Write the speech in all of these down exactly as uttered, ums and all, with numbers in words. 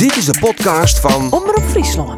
Dit is de podcast van Omroep Friesland.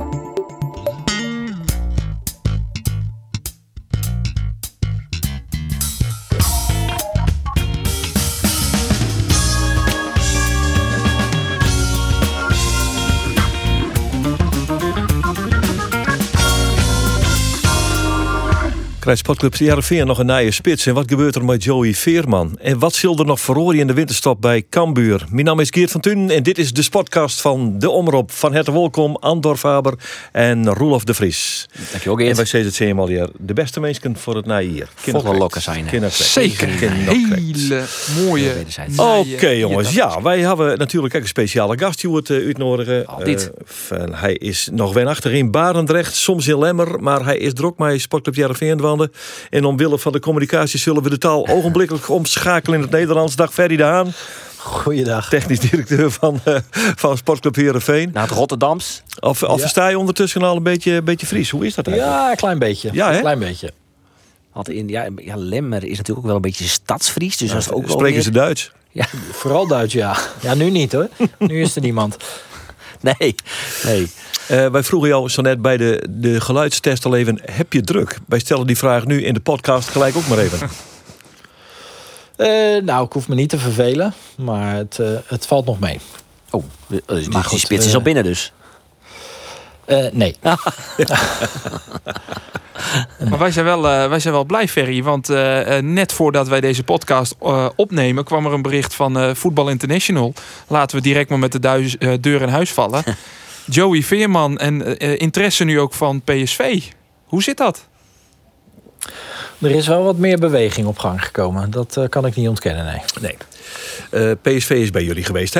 Krijgt Sportclub Heerenveen nog een nieuwe spits. En wat gebeurt er met Joey Veerman? En wat zal er nog verhoren in de winterstop bij Cambuur? Mijn naam is Geert van Tunen en dit is de podcast van de Omroep. Van harte welkom, Andor Faber en Roelof de Vries. Dankjewel, Geert. En wij zeggen het eenmaal hier. De beste mensen voor het najaar. Volle lokken zijn. Zeker. Hele mooie. Oké okay, jongens, ja, wij hebben natuurlijk ook een speciale gast die wordt uh, uitnodigen. Altijd. Uh, hij is nog wel achter in Barendrecht, soms in Lemmer, maar hij is druk met Sportclub Heerenveen. En omwille van de communicatie zullen we de taal ogenblikkelijk omschakelen in het Nederlands. Dag Ferry de Haan. Goeiedag. Technisch directeur van, uh, van Sportclub Heerenveen. Naar het Rotterdams. Of, of ja. sta je ondertussen al een beetje, een beetje Fries? Hoe is dat eigenlijk? Ja, een klein beetje. Ja, hè? Een klein beetje. Want in, ja, ja, Lemmer is natuurlijk ook wel een beetje stadsfries. Dus Ja, dat is ook wel spreken weer... ze Duits? Ja. Vooral Duits, ja. Ja, nu niet hoor. Nu is er niemand. Nee, nee. Uh, wij vroegen jou zo net bij de, de geluidstest al even, heb je druk? Wij stellen die vraag nu in de podcast gelijk ook maar even. uh, nou, ik hoef me niet te vervelen, maar het, uh, het valt nog mee. Oh, dus die, Maar die goed, spits uh, is al binnen dus. Uh, nee. Maar wij zijn wel, uh, wij zijn wel blij, Ferry. Want uh, net voordat wij deze podcast uh, opnemen, kwam er een bericht van uh, Voetbal International. Laten we direct maar met de duis, uh, deur in huis vallen. Joey Veerman en uh, interesse nu ook van P S V. Hoe zit dat? Er is wel wat meer beweging op gang gekomen. Dat uh, kan ik niet ontkennen, nee. Nee. Uh, P S V is bij jullie geweest, hè?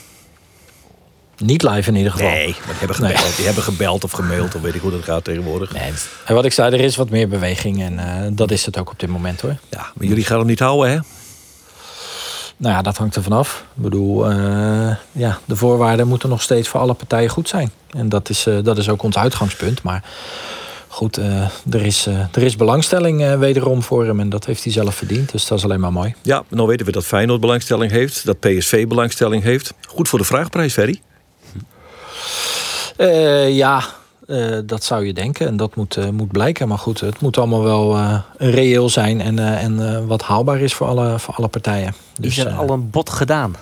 Niet live in ieder geval. Nee, maar die hebben gebeld. Nee. Die hebben gebeld of gemaild, of weet ik hoe dat gaat tegenwoordig. Nee. En wat ik zei, er is wat meer beweging en uh, dat is het ook op dit moment hoor. Ja, maar jullie gaan hem niet houden, hè? Nou ja, dat hangt er vanaf. Ik bedoel, uh, ja, de voorwaarden moeten nog steeds voor alle partijen goed zijn. En dat is, uh, dat is ook ons uitgangspunt. Maar goed, uh, er, is, uh, er is belangstelling uh, wederom voor hem. En dat heeft hij zelf verdiend. Dus dat is alleen maar mooi. Ja, nou weten we dat Feyenoord belangstelling heeft. Dat P S V belangstelling heeft. Goed voor de vraagprijs, Ferry. Uh, ja, uh, dat zou je denken. En dat moet, uh, moet blijken. Maar goed, het moet allemaal wel uh, reëel zijn. En, uh, en uh, wat haalbaar is voor alle, voor alle partijen. Dus, is er uh, al een bod gedaan?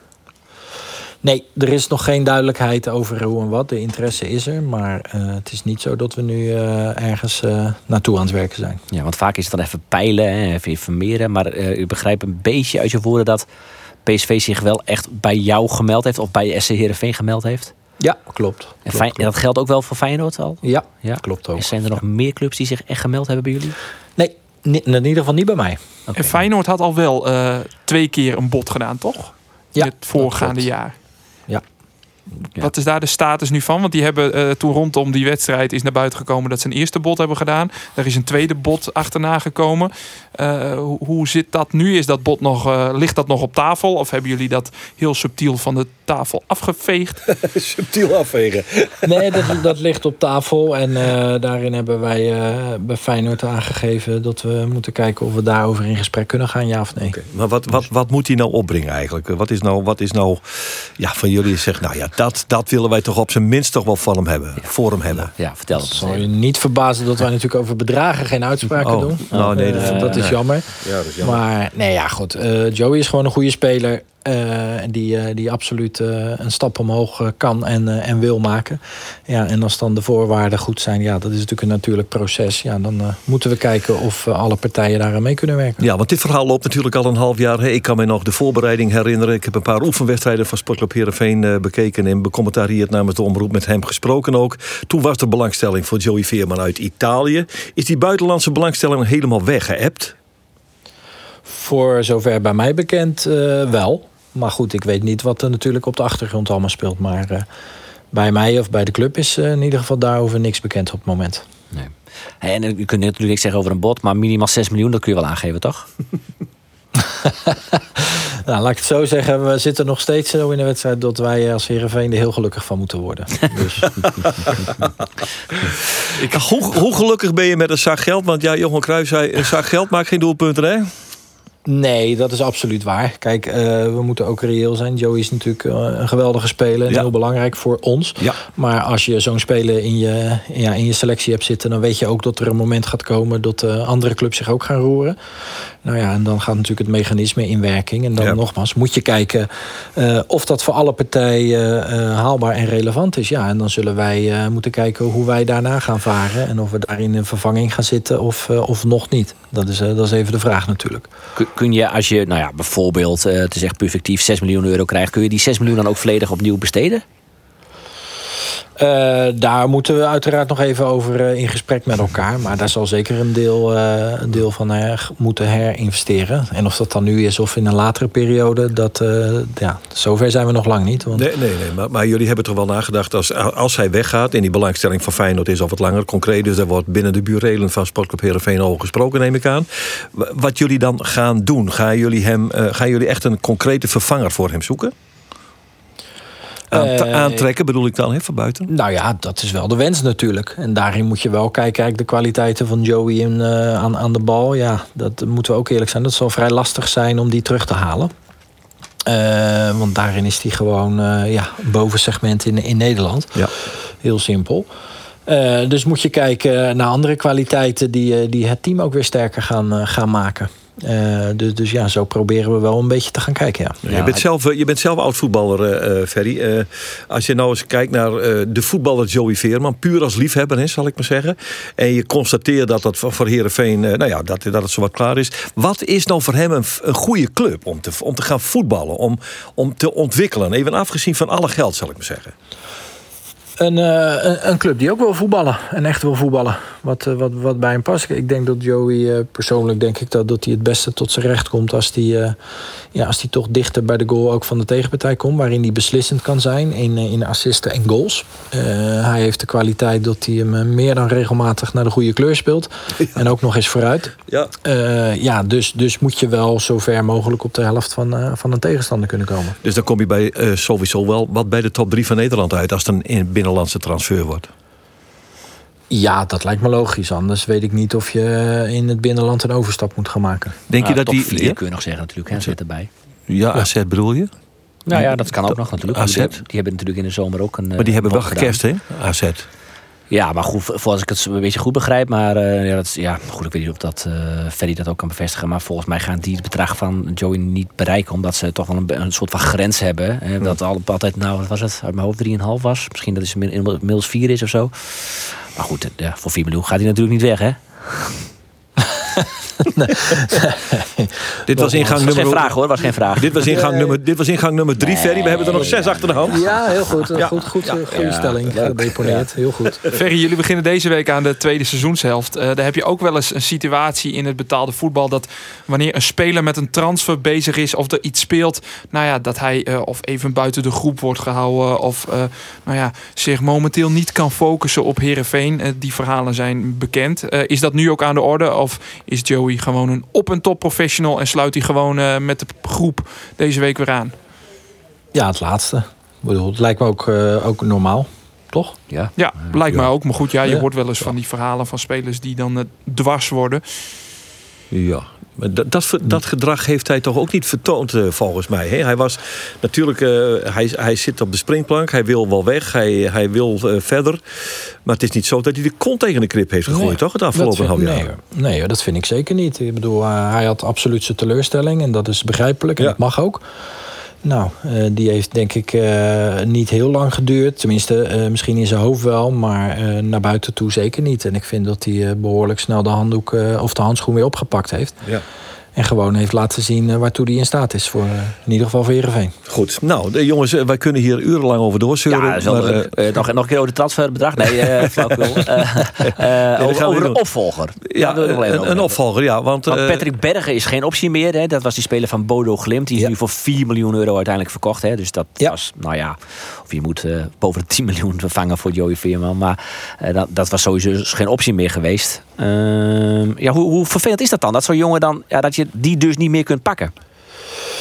Nee, er is nog geen duidelijkheid over hoe en wat. De interesse is er. Maar uh, het is niet zo dat we nu uh, ergens uh, naartoe aan het werken zijn. Ja, want vaak is het dan even peilen, hè, even informeren. Maar uh, u begrijpt een beetje uit je woorden dat P S V zich wel echt bij jou gemeld heeft. Of bij S C Heerenveen gemeld heeft. Ja, klopt. En klopt, Fijn, klopt. Dat geldt ook wel voor Feyenoord al? Ja, Ja, klopt ook. En zijn er nog meer clubs die zich echt gemeld hebben bij jullie? Nee, ni- in ieder geval niet bij mij. Okay. En Feyenoord had al wel uh, twee keer een bod gedaan, toch? Ja, In het voorgaande dat jaar. Ja. Ja. Wat is daar de status nu van? Want die hebben uh, toen rondom die wedstrijd is naar buiten gekomen dat ze een eerste bod hebben gedaan. Er is een tweede bod achterna gekomen. Uh, hoe, hoe zit dat nu? Is dat bod nog, uh, ligt dat nog op tafel? Of hebben jullie dat heel subtiel van de tafel afgeveegd? Subtiel afvegen. Nee, dat, dat ligt op tafel. En uh, daarin hebben wij uh, bij Feyenoord aangegeven dat we moeten kijken of we daarover in gesprek kunnen gaan, ja of nee. Okay. Maar wat, wat, wat moet hij nou opbrengen eigenlijk? Wat is nou, wat is nou ja, van jullie zegt, nou ja, dat, dat willen wij toch op zijn minst toch wel van hem hebben, ja. voor hem hebben. Ja, vertel Het het. zal je niet verbazen dat wij natuurlijk over bedragen geen uitspraken Oh, doen. nou, nee, Uh, dat- dat is nee. jammer. Ja, dat is jammer. Maar nee, ja, goed. Uh, Joey is gewoon een goede speler. Uh, die, uh, die absoluut uh, een stap omhoog uh, kan en, uh, en wil maken. Ja, en als dan de voorwaarden goed zijn, ja, dat is natuurlijk een natuurlijk proces. Ja, dan uh, moeten we kijken of uh, alle partijen daar aan mee kunnen werken. Ja, want dit verhaal loopt natuurlijk al een half jaar. Hè. Ik kan me nog de voorbereiding herinneren. Ik heb een paar oefenwedstrijden van Sportclub Heerenveen uh, bekeken en becommentarieerd namens de omroep met hem gesproken ook. Toen was er belangstelling voor Joey Veerman uit Italië. Is die buitenlandse belangstelling helemaal weggeëpt? Voor zover bij mij bekend uh, wel. Maar goed, ik weet niet wat er natuurlijk op de achtergrond allemaal speelt. Maar uh, bij mij of bij de club is uh, in ieder geval daarover niks bekend op het moment. Nee. En u kunt natuurlijk niks zeggen over een bod, maar minimaal zes miljoen, dat kun je wel aangeven, toch? Nou, laat ik het zo zeggen. We zitten nog steeds zo in de wedstrijd dat wij als Heerenveen er heel gelukkig van moeten worden. Dus. Ik, hoe, hoe gelukkig ben je met een zak geld? Want ja, Johan Cruijff zei, een zak geld maakt geen doelpunten, hè? Nee, dat is absoluut waar. Kijk, uh, we moeten ook reëel zijn. Joey is natuurlijk uh, een geweldige speler en ja. heel belangrijk voor ons. Ja. Maar als je zo'n speler in je, ja, in je selectie hebt zitten, dan weet je ook dat er een moment gaat komen dat uh, andere clubs zich ook gaan roeren. Nou ja, en dan gaat natuurlijk het mechanisme in werking. En dan ja. nogmaals, moet je kijken uh, of dat voor alle partijen uh, haalbaar en relevant is. Ja, en dan zullen wij uh, moeten kijken hoe wij daarna gaan varen. En of we daarin een vervanging gaan zitten of, uh, of nog niet. Dat is, uh, dat is even de vraag natuurlijk. Kun je, als je nou ja, bijvoorbeeld, uh, het is echt perfectief, zes miljoen euro krijgt, kun je die zes miljoen dan ook volledig opnieuw besteden? Uh, daar moeten we uiteraard nog even over uh, in gesprek met elkaar. Maar daar zal zeker een deel, uh, een deel van her, moeten herinvesteren. En of dat dan nu is of in een latere periode, dat, uh, ja, zover zijn we nog lang niet. Want... Nee, nee, nee. Maar, maar jullie hebben toch wel nagedacht, als, als hij weggaat en die belangstelling van Feyenoord is of wat langer concreet, dus er wordt binnen de burelen van Sportclub Heerenveen al gesproken, neem ik aan. Wat jullie dan gaan doen, gaan jullie, hem, uh, gaan jullie echt een concrete vervanger voor hem zoeken? Aan, aantrekken bedoel ik dan, hè, van buiten? Nou ja, dat is wel de wens natuurlijk. En daarin moet je wel kijken, kijk, de kwaliteiten van Joey in, uh, aan, aan de bal. Ja, dat moeten we ook eerlijk zijn. Dat zal vrij lastig zijn om die terug te halen. Uh, want daarin is hij gewoon uh, ja, een bovensegment in, in Nederland. Ja. Heel simpel. Uh, dus moet je kijken naar andere kwaliteiten die, uh, die het team ook weer sterker gaan, uh, gaan maken. Uh, dus, dus ja, zo proberen we wel een beetje te gaan kijken. Ja. Ja, je, bent zelf, je bent zelf oud-voetballer, uh, Ferry. Uh, als je nou eens kijkt naar uh, de voetballer Joey Veerman, puur als liefhebber is, zal ik maar zeggen. En je constateert dat dat voor Heerenveen, uh, nou ja, dat, dat het zowat klaar is. Wat is nou voor hem een, een goede club om te, om te gaan voetballen, om, om te ontwikkelen? Even afgezien van alle geld, zal ik maar zeggen. Een, uh, een club die ook wil voetballen. En echt wil voetballen. Wat, uh, wat, wat bij hem past. Ik denk dat Joey, uh, persoonlijk denk ik dat, dat hij het beste tot zijn recht komt. Als hij uh, ja, als hij toch dichter bij de goal ook van de tegenpartij komt. Waarin hij beslissend kan zijn in, in assisten en goals. Uh, hij heeft de kwaliteit dat hij hem uh, meer dan regelmatig naar de goede kleur speelt. Ja. En ook nog eens vooruit. Ja, uh, ja dus, dus moet je wel zo ver mogelijk op de helft van, uh, van een tegenstander kunnen komen. Dus dan kom je bij uh, sowieso wel wat bij de top drie van Nederland uit. Als het een in binnenlandse transfer wordt. Ja, dat lijkt me logisch. Anders weet ik niet of je in het binnenland een overstap moet gaan maken. Denk nou, je dat die vier, kun je nog zeggen natuurlijk, hè, zit erbij. Ja, A Z bedoel je? Nou ja, dat kan ook nog natuurlijk. A Z. Die, die hebben natuurlijk in de zomer ook een. Maar die hebben wel gekerst, hè? A Z. Ja, maar goed, volgens ik het een beetje goed begrijp. Maar uh, ja, dat is, ja, goed, ik weet niet of dat uh, Ferry dat ook kan bevestigen. Maar volgens mij gaan die het bedrag van Joey niet bereiken. Omdat ze toch wel een, een soort van grens hebben. Hè, dat al, altijd, nou, wat was het? Uit mijn hoofd drie komma vijf was. Misschien dat het inmiddels vier is of zo. Maar goed, ja, voor vier miljoen gaat hij natuurlijk niet weg, hè? Nee. Dit was ingang was nummer... geen vraag hoor, was geen vraag. Dit was ingang, nee. nummer, dit was ingang nummer drie, nee, Ferry. We hebben er nog zes ja, achter de hand. Ja, heel goed. Ja. goed, goed ja. Goede ja. stelling gedeponeerd. Ja. Heel goed. Ferry, jullie beginnen deze week aan de tweede seizoenshelft. Uh, daar heb je ook wel eens een situatie in het betaalde voetbal dat wanneer een speler met een transfer bezig is of er iets speelt, nou ja, dat hij uh, of even buiten de groep wordt gehouden of uh, nou ja, zich momenteel niet kan focussen op Heerenveen. Uh, die verhalen zijn bekend. Uh, is dat nu ook aan de orde of is Joey gewoon een op- en top professional en sluit hij gewoon uh, met de groep deze week weer aan? Ja, het laatste. Ik bedoel, het lijkt me ook, uh, ook normaal, toch? Ja, ja lijkt ja. me ook. Maar goed, ja, je ja. hoort wel eens van die verhalen van spelers die dan uh, dwars worden. Ja. Dat, dat, dat gedrag heeft hij toch ook niet vertoond, uh, volgens mij. He? Hij was natuurlijk, uh, hij, hij zit op de springplank, hij wil wel weg, hij, hij wil uh, verder. Maar het is niet zo dat hij de kont tegen de krip heeft gegooid, nee, toch? Het afgelopen half jaar. Nee, nee, dat vind ik zeker niet. Ik bedoel, uh, hij had absoluut zijn teleurstelling en dat is begrijpelijk en ja. dat mag ook. Nou, uh, die heeft denk ik uh, niet heel lang geduurd. Tenminste, uh, misschien in zijn hoofd wel, maar uh, naar buiten toe zeker niet. En ik vind dat hij uh, behoorlijk snel de handdoek uh, of de handschoen weer opgepakt heeft. Ja. En gewoon heeft laten zien uh, waartoe hij in staat is. Voor, uh, in ieder geval voor Heerenveen. Goed. Nou, de jongens, uh, wij kunnen hier urenlang over doorzeuren. Ja, maar, uh, uh, nog, nog een keer over de transferbedrag. Nee, uh, flauwkul. Uh, uh, nee, over over een opvolger. Ja, een, een opvolger, ja. Want, want Patrick Bergen is geen optie meer. Hè. Dat was die speler van Bodo Glimt. Die is ja. nu voor vier miljoen euro uiteindelijk verkocht. Hè. Dus dat ja. was, nou ja, of je moet uh, boven de tien miljoen vervangen voor Joey Veerman. Maar uh, dat, dat was sowieso dus geen optie meer geweest. Uh, ja, hoe, hoe vervelend is dat dan? Dat zo'n jongen dan, ja, dat je die dus niet meer kunt pakken?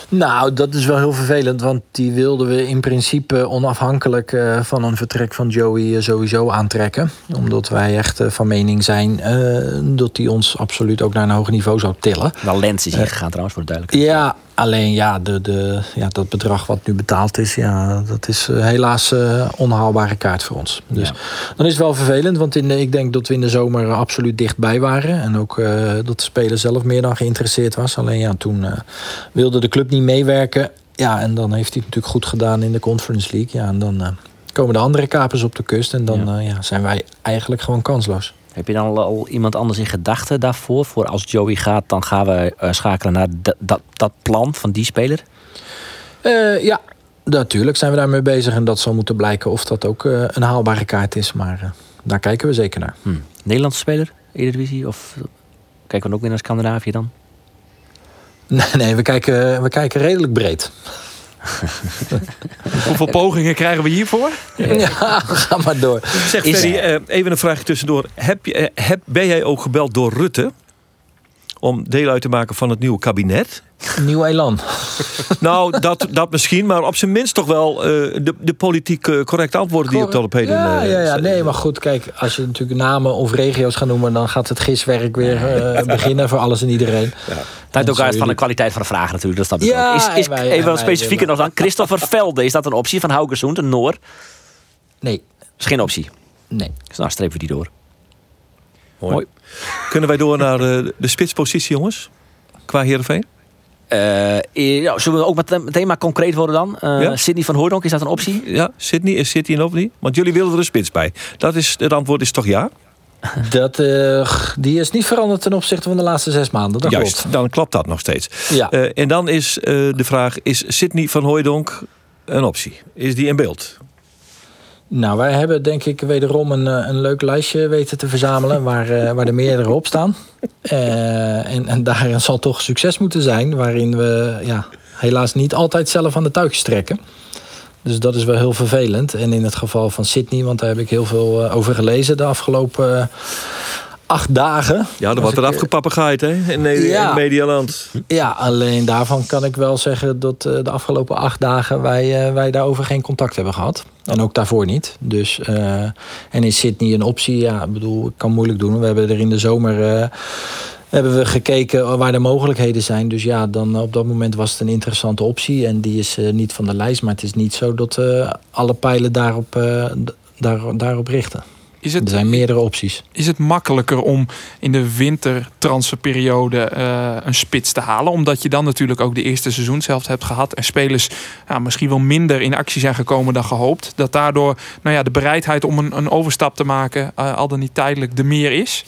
Nou, dat is wel heel vervelend, want die wilden we in principe onafhankelijk uh, van een vertrek van Joey uh, sowieso aantrekken. Omdat wij echt uh, van mening zijn uh, dat hij ons absoluut ook naar een hoger niveau zou tillen. Wel Lens is hier uh, gegaan trouwens, voor de duidelijkheid. Ja, alleen ja, de, de, ja, dat bedrag wat nu betaald is, ja, dat is uh, helaas uh, onhaalbare kaart voor ons. Dus ja. Dan is het wel vervelend, want in de, ik denk dat we in de zomer uh, absoluut dichtbij waren. En ook uh, dat de speler zelf meer dan geïnteresseerd was. Alleen ja, toen uh, wilde de club niet meewerken. Ja, en dan heeft hij het natuurlijk goed gedaan in de Conference League. Ja, en dan uh, komen de andere kapers op de kust. En dan ja. Uh, ja, zijn wij eigenlijk gewoon kansloos. Heb je dan al, al iemand anders in gedachten daarvoor? Voor als Joey gaat, dan gaan we uh, schakelen naar d- dat, dat plan van die speler? Uh, ja, natuurlijk zijn we daarmee bezig. En dat zal moeten blijken of dat ook uh, een haalbare kaart is. Maar uh, daar kijken we zeker naar. Hmm. Nederlandse speler? Eredivisie? Of kijken we ook weer naar Scandinavië dan? Nee, nee we, kijken, we kijken redelijk breed. Hoeveel pogingen krijgen we hiervoor? Ja, ga maar door. Zeg, Ferry, uh, even een vraagje tussendoor. Heb je, uh, heb, ben jij ook gebeld door Rutte om deel uit te maken van het nieuwe kabinet? Nieuw elan. Nou, dat, dat misschien, maar op zijn minst toch wel uh, de, de politiek uh, correcte antwoorden die op tot op heden... Ja, ja, ja, nee, maar goed, kijk, als je natuurlijk namen of regio's gaat noemen, dan gaat het giswerk weer uh, beginnen voor alles en iedereen. Ja. Het ook uit van de kwaliteit van de vragen natuurlijk, dat snap ik ja, ook. Is, is, wij, even wat wij, specifieker wij, nog dan. Christopher Velde, is dat een optie van Haugesund, een Noor? Nee. Is geen optie? Nee. Dus nou strepen we die door. Mooi. Mooi. Kunnen wij door naar uh, de spitspositie, jongens? Qua Heerenveen? Uh, ja, zullen we ook meteen maar concreet worden dan? Uh, ja? Sidney van Hooijdonk, is dat een optie? Ja, Sidney, is Sidney een optie? Want jullie wilden er een spits bij. Dat is, het antwoord is toch ja? Dat, uh, die is niet veranderd ten opzichte van de laatste zes maanden. Dat Juist, klopt. Dan klopt dat nog steeds. Ja. Uh, en dan is uh, de vraag, is Sidney van Hooijdonk een optie? Is die in beeld? Nou, wij hebben denk ik wederom een, een leuk lijstje weten te verzamelen waar, uh, waar er meerdere op staan. Uh, en, en daarin zal toch succes moeten zijn, waarin we ja, helaas niet altijd zelf aan de touwtjes trekken. Dus dat is wel heel vervelend. En in het geval van Sidney, want daar heb ik heel veel uh, over gelezen de afgelopen uh, acht dagen. Ja, er wordt er afgepapegaaid, hè? In, in, ja. in Medialand. Ja, alleen daarvan kan ik wel zeggen dat uh, de afgelopen acht dagen wij, uh, wij daarover geen contact hebben gehad. En ook daarvoor niet. Dus, uh, en is Sidney een optie? Ja, ik bedoel, ik kan moeilijk doen. We hebben er in de zomer uh, hebben we gekeken waar de mogelijkheden zijn. Dus ja, dan op dat moment was het een interessante optie. En die is uh, niet van de lijst. Maar het is niet zo dat uh, alle pijlen daarop, uh, daar, daarop richten. Is het, er zijn meerdere opties. Is het makkelijker om in de wintertransferperiode uh, een spits te halen? Omdat je dan natuurlijk ook de eerste seizoenshelft hebt gehad. En spelers ja, misschien wel minder in actie zijn gekomen dan gehoopt. Dat daardoor nou ja, de bereidheid om een, een overstap te maken, uh, al dan niet tijdelijk, de meer is?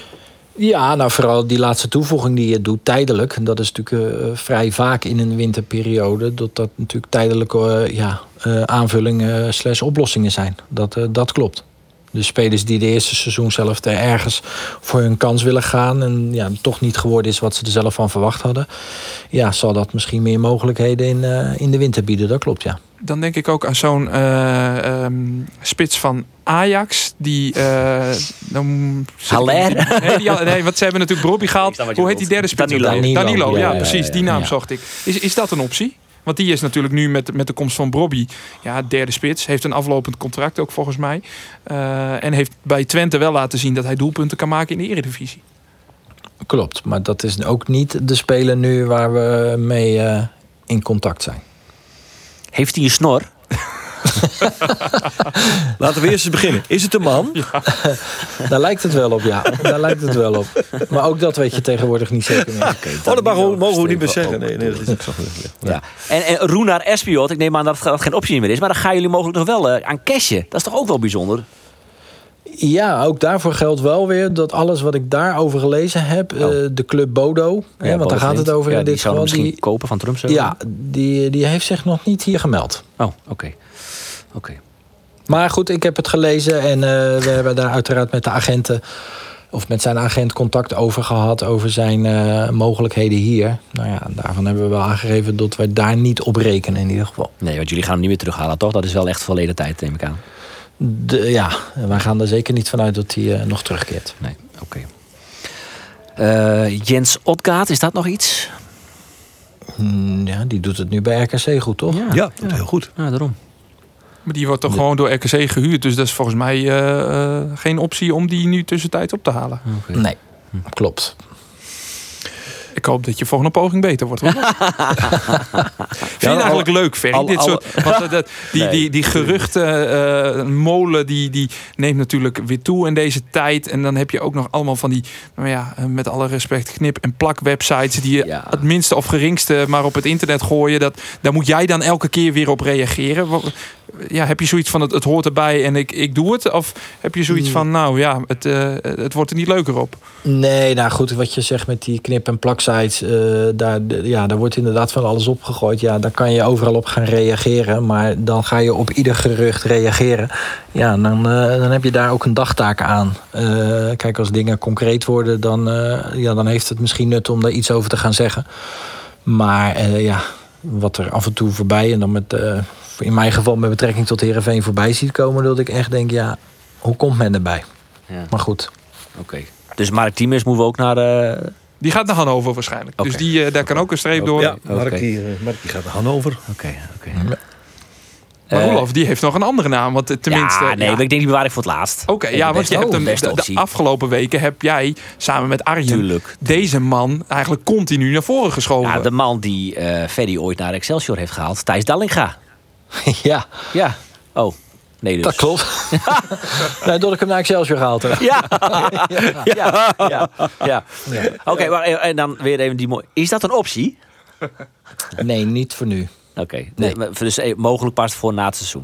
Ja, nou vooral die laatste toevoeging die je doet tijdelijk. En dat is natuurlijk uh, vrij vaak in een winterperiode. Dat dat natuurlijk tijdelijke uh, ja, uh, aanvullingen uh, slash oplossingen zijn. Dat, uh, dat klopt. De spelers die de eerste seizoen zelf er ergens voor hun kans willen gaan en ja, toch niet geworden is wat ze er zelf van verwacht hadden. Ja, zal dat misschien meer mogelijkheden in, uh, in de winter bieden. Dat klopt, ja. Dan denk ik ook aan zo'n uh, um, spits van Ajax. Die... Uh, dan Haller? Nee, die, nee, want ze hebben natuurlijk Brobby gehaald. Hoe heet die derde spits? Danilo. Danilo, Danilo ja, ja, ja, precies. ja, die naam ja. zocht ik. Is, is dat een optie? Want die is natuurlijk nu met, met de komst van Brobby, ja, derde spits. Heeft een aflopend contract ook volgens mij. Uh, en heeft bij Twente wel laten zien dat hij doelpunten kan maken in de Eredivisie. Klopt, maar dat is ook niet de speler nu waar we mee uh, in contact zijn. Heeft hij een snor? Laten we eerst eens beginnen. Is het een man? Ja. Daar lijkt het wel op, ja. Daar lijkt het wel op. Maar ook dat weet je tegenwoordig niet zeker meer. Okay, oh, dat mogen, mogen we niet meer zeggen. Nee, nee, dat is niet zo. Ja. Ja. En, en Runar Espiot, ik neem aan dat dat geen optie meer is. Maar dan gaan jullie mogelijk nog wel uh, aan cashen. Dat is toch ook wel bijzonder? Ja, ook daarvoor geldt wel weer dat alles wat ik daarover gelezen heb, oh. uh, de club Bodo, ja, hè, want daar gaat het over. Ja, in die dit zou geval, misschien die, kopen van Trump. Zo. Ja, die, die heeft zich nog niet hier gemeld. Oh, oké. Okay. Oké. Okay. Maar goed, ik heb het gelezen en uh, we hebben daar uiteraard met de agenten of met zijn agent contact over gehad over zijn uh, mogelijkheden hier. Nou ja, daarvan hebben we wel aangegeven dat wij daar niet op rekenen in ieder geval. Nee, want jullie gaan hem niet meer terughalen, toch? Dat is wel echt verleden tijd, neem ik aan. De, ja, wij gaan er zeker niet vanuit dat hij uh, nog terugkeert. Nee, oké. Okay. Uh, Jens Otgaard, is dat nog iets? Mm, ja, die doet het nu bij R K C goed, toch? Ja, Ja, dat heel goed. ja daarom. Maar die wordt toch gewoon door R K C gehuurd. Dus dat is volgens mij uh, uh, geen optie om die nu tussentijds op te halen. Okay. Nee, klopt. Ik hoop dat je volgende poging beter wordt. Vind je het eigenlijk leuk, Ferry? al- Dit al- soort, want dat, dat- die, Nee. die, die geruchten uh, molen die, die neemt natuurlijk weer toe in deze tijd. En dan heb je ook nog allemaal van die, nou ja, met alle respect, knip- en plak websites die je Ja. het minste of geringste maar op het internet gooien. Dat, daar moet jij dan elke keer weer op reageren. Wat- Ja, heb je zoiets van het, het hoort erbij en ik, ik doe het? Of heb je zoiets van, nou ja, het, uh, het wordt er niet leuker op? Nee, nou goed, wat je zegt met die knip- en plaksites, uh, daar, de- ja, daar wordt inderdaad van alles opgegooid. Ja, daar kan je overal op gaan reageren, maar dan ga je op ieder gerucht reageren. Ja, dan, uh, dan heb je daar ook een dagtaak aan. Uh, kijk, als dingen concreet worden, dan, uh, ja, dan heeft het misschien nut om daar iets over te gaan zeggen. Maar uh, ja, wat er af en toe voorbij, en dan met, uh, in mijn geval met betrekking tot Heerenveen voorbij ziet komen, dat ik echt denk, ja, hoe komt men erbij? Ja. Maar goed. Oké. Dus Mark Tiemers moeten we ook naar... Uh... Die gaat naar Hannover waarschijnlijk. Oké. Dus die, uh, daar kan ook een streep door. Ja, Oké. Mark, die, uh, Mark die gaat naar Hannover. Oké, oké. Maar Uh, Roelof, die heeft nog een andere naam. Want tenminste. Ja, nee, ja. maar ik denk die bewaar ik voor het laatst. Oké, Denk ja, de want je beste- hebt hem de beste de, de optie. afgelopen weken heb jij samen met Arjen Tuurlijk. deze man eigenlijk continu naar voren geschoven. Ja, de man die uh, Ferry ooit naar Excelsior heeft gehaald, Thijs Dallinga. Ja, Ja. Oh, nee dus. dat klopt. Nee, dat ik hem naar Excelsior gehaald heb. Ja. ja, ja, ja. ja. Oké, okay, maar en dan weer even die mooie. Is dat een optie? Nee, niet voor nu. Oké, okay. Nee. nee. Dus eh, mogelijk pas voor na het seizoen.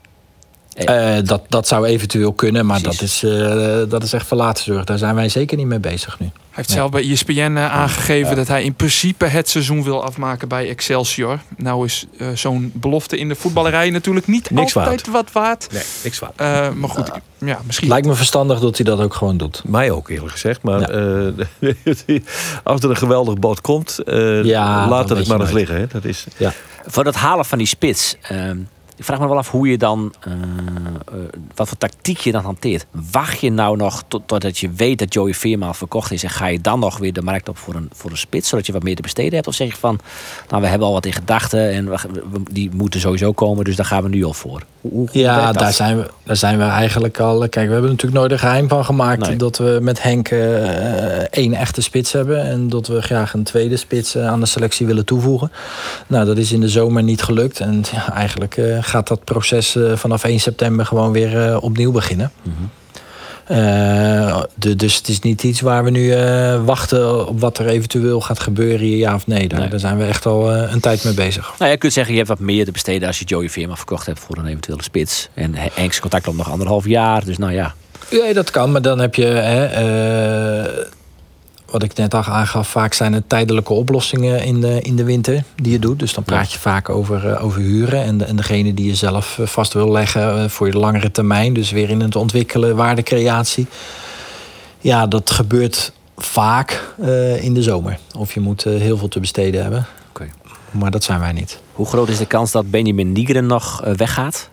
Uh, dat, dat zou eventueel kunnen, maar dat Precies. is, uh, dat is echt verlatenzorg. Daar zijn wij zeker niet mee bezig nu. Hij heeft Nee. zelf bij E S P N uh, aangegeven ja. dat hij in principe het seizoen wil afmaken bij Excelsior. Nou is uh, zo'n belofte in de voetballerij natuurlijk niet Niks altijd waard. wat waard. Nee, niks waard. Uh, maar goed, uh, ja, misschien. Lijkt me verstandig dat hij dat ook gewoon doet. Mij ook eerlijk gezegd. Maar Ja. uh, als er een geweldig bod komt, uh, Ja, laat dan het weet maar je eens nooit. liggen. Hè. Dat is... Ja. Voor dat halen van die spits. Uh, ik vraag me wel af hoe je dan... Uh, uh, wat voor tactiek je dan hanteert. Wacht je nou nog tot, totdat je weet dat Joey Veerman verkocht is... en ga je dan nog weer de markt op voor een, voor een spits... zodat je wat meer te besteden hebt? Of zeg je van... nou, we hebben al wat in gedachten... en we, we, die moeten sowieso komen... dus daar gaan we nu al voor. Hoe, hoe Ja, werkt dat? daar zijn, we, daar zijn we eigenlijk al... Kijk, we hebben natuurlijk nooit een geheim van gemaakt... Nee. dat we met Henk uh, één echte spits hebben... en dat we graag een tweede spits uh, aan de selectie willen toevoegen. Nou, dat is in de zomer niet gelukt. En ja, eigenlijk uh, gaat dat proces uh, vanaf één september... gewoon weer uh, opnieuw beginnen. Mm-hmm. Uh, de, dus het is niet iets waar we nu uh, wachten op wat er eventueel gaat gebeuren, ja of nee. Daar, Nee. daar zijn we echt al uh, een tijd mee bezig. Nou, je kunt zeggen, je hebt wat meer te besteden als je Joey Veerman verkocht hebt voor een eventuele spits. En Henk's contract loopt nog anderhalf jaar, dus nou ja. Ja, dat kan, maar dan heb je... Hè, uh, wat ik net al aangaf, vaak zijn het tijdelijke oplossingen in de, in de winter die je doet. Dus dan praat je vaak over, uh, over huren. En, de, en degene die je zelf vast wil leggen uh, voor de langere termijn. Dus weer in het ontwikkelen, waardecreatie. Ja, dat gebeurt vaak uh, in de zomer. Of je moet uh, heel veel te besteden hebben. Okay. Maar dat zijn wij niet. Hoe groot is de kans dat Benjamin Nigren nog uh, weggaat?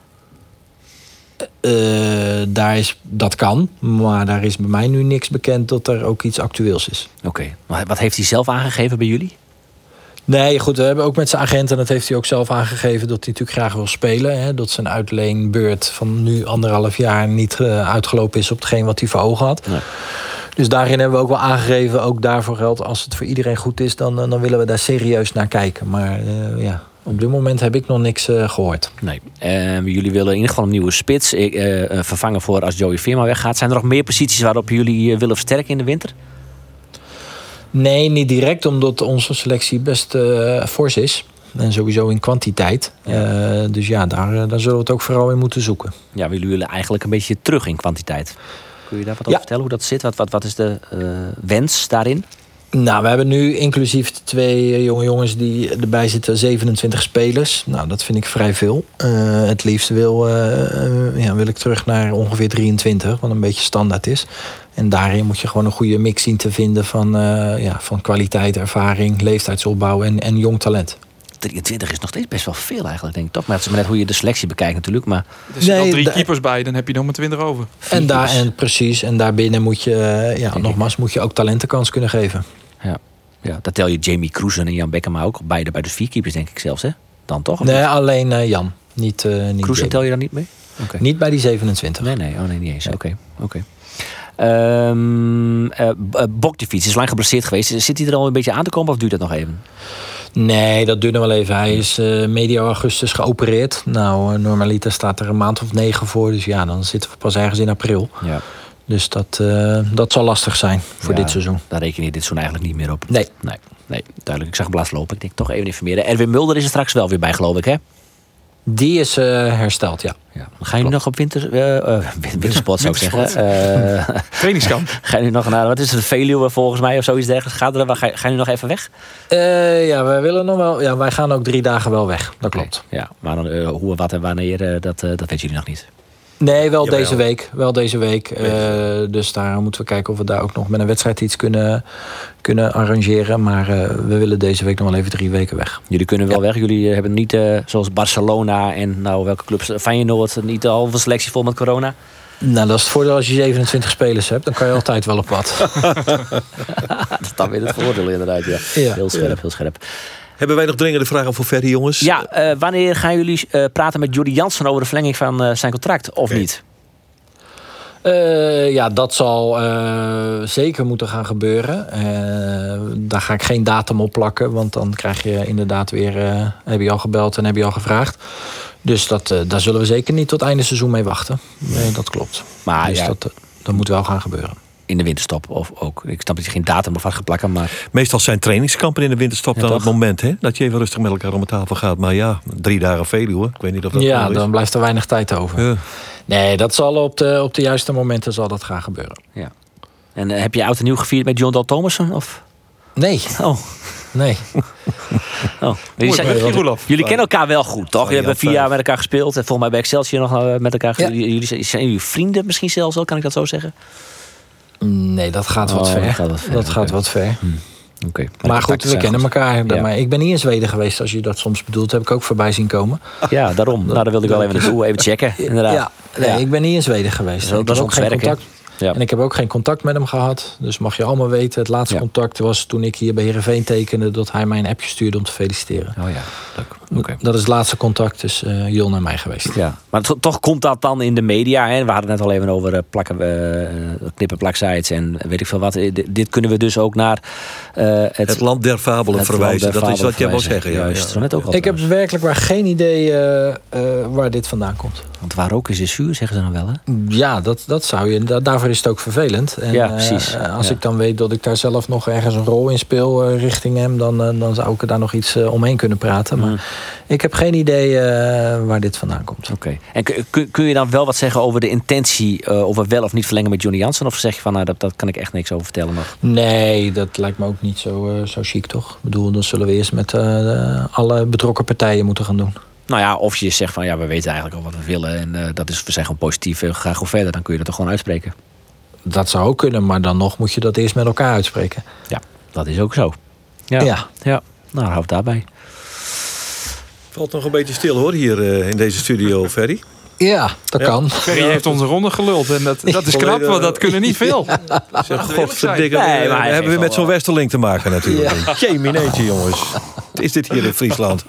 Uh, daar is, dat kan, maar daar is bij mij nu niks bekend dat er ook iets actueels is. Oké, okay. Maar wat heeft hij zelf aangegeven bij jullie? Nee, goed, we hebben ook met zijn agent, en dat heeft hij ook zelf aangegeven, dat hij natuurlijk graag wil spelen. Hè, dat zijn uitleenbeurt van nu anderhalf jaar niet uh, uitgelopen is op hetgeen wat hij voor ogen had. Nee. Dus daarin hebben we ook wel aangegeven, ook daarvoor geldt, als het voor iedereen goed is, dan, dan willen we daar serieus naar kijken. Maar uh, ja... Op dit moment heb ik nog niks uh, gehoord. Nee. Uh, jullie willen in ieder geval een nieuwe spits uh, uh, vervangen voor als Joey Veerman weggaat. Zijn er nog meer posities waarop jullie uh, willen versterken in de winter? Nee, niet direct, omdat onze selectie best uh, fors is. En sowieso in kwantiteit. Ja. Uh, dus ja, daar, daar zullen we het ook vooral in moeten zoeken. Ja, jullie willen eigenlijk een beetje terug in kwantiteit. Kun je daar wat over ja. vertellen hoe dat zit? Wat, wat, wat is de uh, wens daarin? Nou, we hebben nu inclusief de twee jonge jongens die erbij zitten, zevenentwintig spelers. Nou, dat vind ik vrij veel. Uh, het liefst wil, uh, ja, wil ik terug naar ongeveer drieëntwintig, wat een beetje standaard is. En daarin moet je gewoon een goede mix zien te vinden van, uh, ja, van kwaliteit, ervaring, leeftijdsopbouw en, en jong talent. drieëntwintig is nog steeds best wel veel eigenlijk, denk ik. Toch? Maar het is maar net hoe je de selectie bekijkt natuurlijk. Maar... Er zitten nee, al drie da- keepers bij, dan heb je nog maar twintig over. En, daar, en precies, en daarbinnen moet je, uh, ja, nogmaals, moet je ook talentenkans kunnen geven. Ja. Ja, dat tel je Jamie Cruzen en Jan Bekkema ook. Beide bij de vier keepers, denk ik zelfs, hè? Dan toch? Nee, alleen uh, Jan. Niet, uh, niet Cruzen tel je dan niet mee? Okay. Niet bij die zevenentwintig. Nee, nee, oh, nee niet eens. Oké, nee. oké. Okay. Um, uh, Bokjevic is lang geblesseerd geweest. Zit hij er al een beetje aan te komen of duurt dat nog even? Nee, dat duurt nog wel even. Hij is uh, medio augustus geopereerd. Nou, uh, normaliter staat er een maand of negen voor. Dus ja, dan zitten we pas ergens in april. Ja. Dus dat, uh, dat zal lastig zijn voor ja, dit seizoen. Daar reken je dit seizoen eigenlijk niet meer op. Nee. Nee, nee, duidelijk. Ik zag hem laatst lopen. Ik denk toch even informeren. Erwin Mulder is er straks wel weer bij, geloof ik, hè? Die is uh, hersteld, ja. ja. Ga je nu nog op winter, uh, uh, wintersport, zou ik zeggen? Uh, Trainingskamp. Ga je nu nog naar, wat is het, de Veluwe volgens mij of zoiets dergelijks? Ga, er, ga, je, ga je nu nog even weg? Uh, ja, wij willen nog wel. Ja, wij gaan ook drie dagen wel weg. Dat klopt. Okay. Ja, maar dan, uh, hoe, wat en wanneer, uh, dat, uh, dat weten jullie nog niet. Nee, wel Jawel. deze week. Wel deze week. Uh, dus daar moeten we kijken of we daar ook nog met een wedstrijd iets kunnen, kunnen arrangeren. Maar uh, we willen deze week nog wel even drie weken weg. Jullie kunnen wel ja. weg. Jullie hebben niet, uh, zoals Barcelona en nou welke clubs, Feyenoord, niet al een selectie vol met corona? Nou, dat is het voordeel als je zevenentwintig spelers hebt. Dan kan je altijd wel op pad. Dat is dan weer het voordeel inderdaad, ja. ja. Heel scherp, ja. heel scherp. Hebben wij nog dringende vragen voor Ferry, jongens? Ja, uh, wanneer gaan jullie uh, praten met Jordi Jansen over de verlenging van uh, zijn contract, of okay. niet? Uh, ja, dat zal uh, zeker moeten gaan gebeuren. Uh, daar ga ik geen datum op plakken. Want dan krijg je inderdaad weer... Uh, heb je al gebeld en heb je al gevraagd. Dus dat, uh, daar zullen we zeker niet tot einde seizoen mee wachten. Nee, dat klopt. Maar dus ja, dat, uh, dat moet wel gaan gebeuren. In de winterstop of ook. Ik snap dat je geen datum of had geplakken, maar... Meestal zijn trainingskampen in de winterstop ja, dan toch? Het moment, hè? Dat je even rustig met elkaar om de tafel gaat. Maar ja, drie dagen Veluwe. Ik weet niet of dat ja, is. Dan blijft er weinig tijd over. Ja. Nee, dat zal op de, op de juiste momenten zal dat gaan gebeuren. Ja. En uh, heb je oud en nieuw gevierd met John Dahl Thomassen? Of? Nee. Oh. Nee. Oh. Jullie, zijn, jullie, jullie kennen elkaar wel goed, toch? Jullie hebben vier jaar met elkaar gespeeld. En volgens mij bij Excelsior nog met elkaar gespeeld. Ja. Jullie, zijn jullie vrienden misschien zelfs al, kan ik dat zo zeggen? Nee, dat gaat wat oh, ver. Dat gaat wat ver. Dat gaat wat ver. Hm. Okay. Maar, maar goed, we kennen goed. elkaar. Ja. Maar ik ben niet in Zweden geweest, als je dat soms bedoelt. Heb ik ook voorbij zien komen. Ja, daarom. Nou, daar wilde ik wel even naartoe. Even checken, inderdaad. Ja, nee, ja. ik ben niet in Zweden geweest. Dat, dat is ook geen werk, contact. Ja. En ik heb ook geen contact met hem gehad. Dus mag je allemaal weten. Het laatste ja. contact was toen ik hier bij Heerenveen tekende... dat hij mij een appje stuurde om te feliciteren. Oh ja, leuk. Okay. Dat is het laatste contact tussen uh, Jon en mij geweest. Ja. Maar to- toch komt dat dan in de media. Hè? We hadden het net al even over uh, plakken, uh, knippen plaksites en weet ik veel wat. D- dit kunnen we dus ook naar... Uh, het, het land der fabelen het verwijzen. Der dat fabelen is wat jij wil zeggen. Ja, Juist, ja. Net ook al ik heb werkelijk waar geen idee uh, uh, waar dit vandaan komt. Want waar ook is, is vuur, zeggen ze dan wel, hè? Ja, dat, dat zou je. Da- daarvoor is het ook vervelend. En, ja, precies. Uh, als ja. ik dan weet dat ik daar zelf nog ergens een rol in speel uh, richting hem... Dan, uh, dan zou ik er daar nog iets uh, omheen kunnen praten. Maar mm. ik heb geen idee uh, waar dit vandaan komt. Oké. Okay. En kun, kun je dan wel wat zeggen over de intentie... Uh, of we wel of niet verlengen met Johnny Jansen? Of zeg je van, nou, dat, dat kan ik echt niks over vertellen nog? Nee, dat lijkt me ook niet zo, uh, zo chic, toch? Ik bedoel, dan zullen we eerst met uh, alle betrokken partijen moeten gaan doen. Nou ja, of je zegt van, ja, we weten eigenlijk al wat we willen... en uh, dat is, we zijn gewoon positief, uh, ga gewoon verder. Dan kun je dat toch gewoon uitspreken. Dat zou ook kunnen, maar dan nog moet je dat eerst met elkaar uitspreken. Ja, dat is ook zo. Ja, ja. ja. Nou, hou het daarbij. Valt nog een beetje stil hoor, hier uh, in deze studio, Ferry. Ja, dat ja. kan. Ferry ja. heeft onze ronde geluld en dat, dat is knap, want dat kunnen niet veel. Ja. Zeg, godverdikke, nee, we hebben we met zo'n Westerling te maken natuurlijk. Ja. Jemineetje, jongens. Wat is dit hier in Friesland?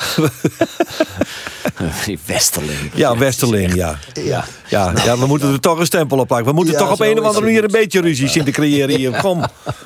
Westerling. Ja, Westerling, ja. Ja. Ja, ja, we moeten er toch een stempel op plakken. We moeten ja, toch op een of andere manier een beetje ruzie zien te creëren hier. Kom.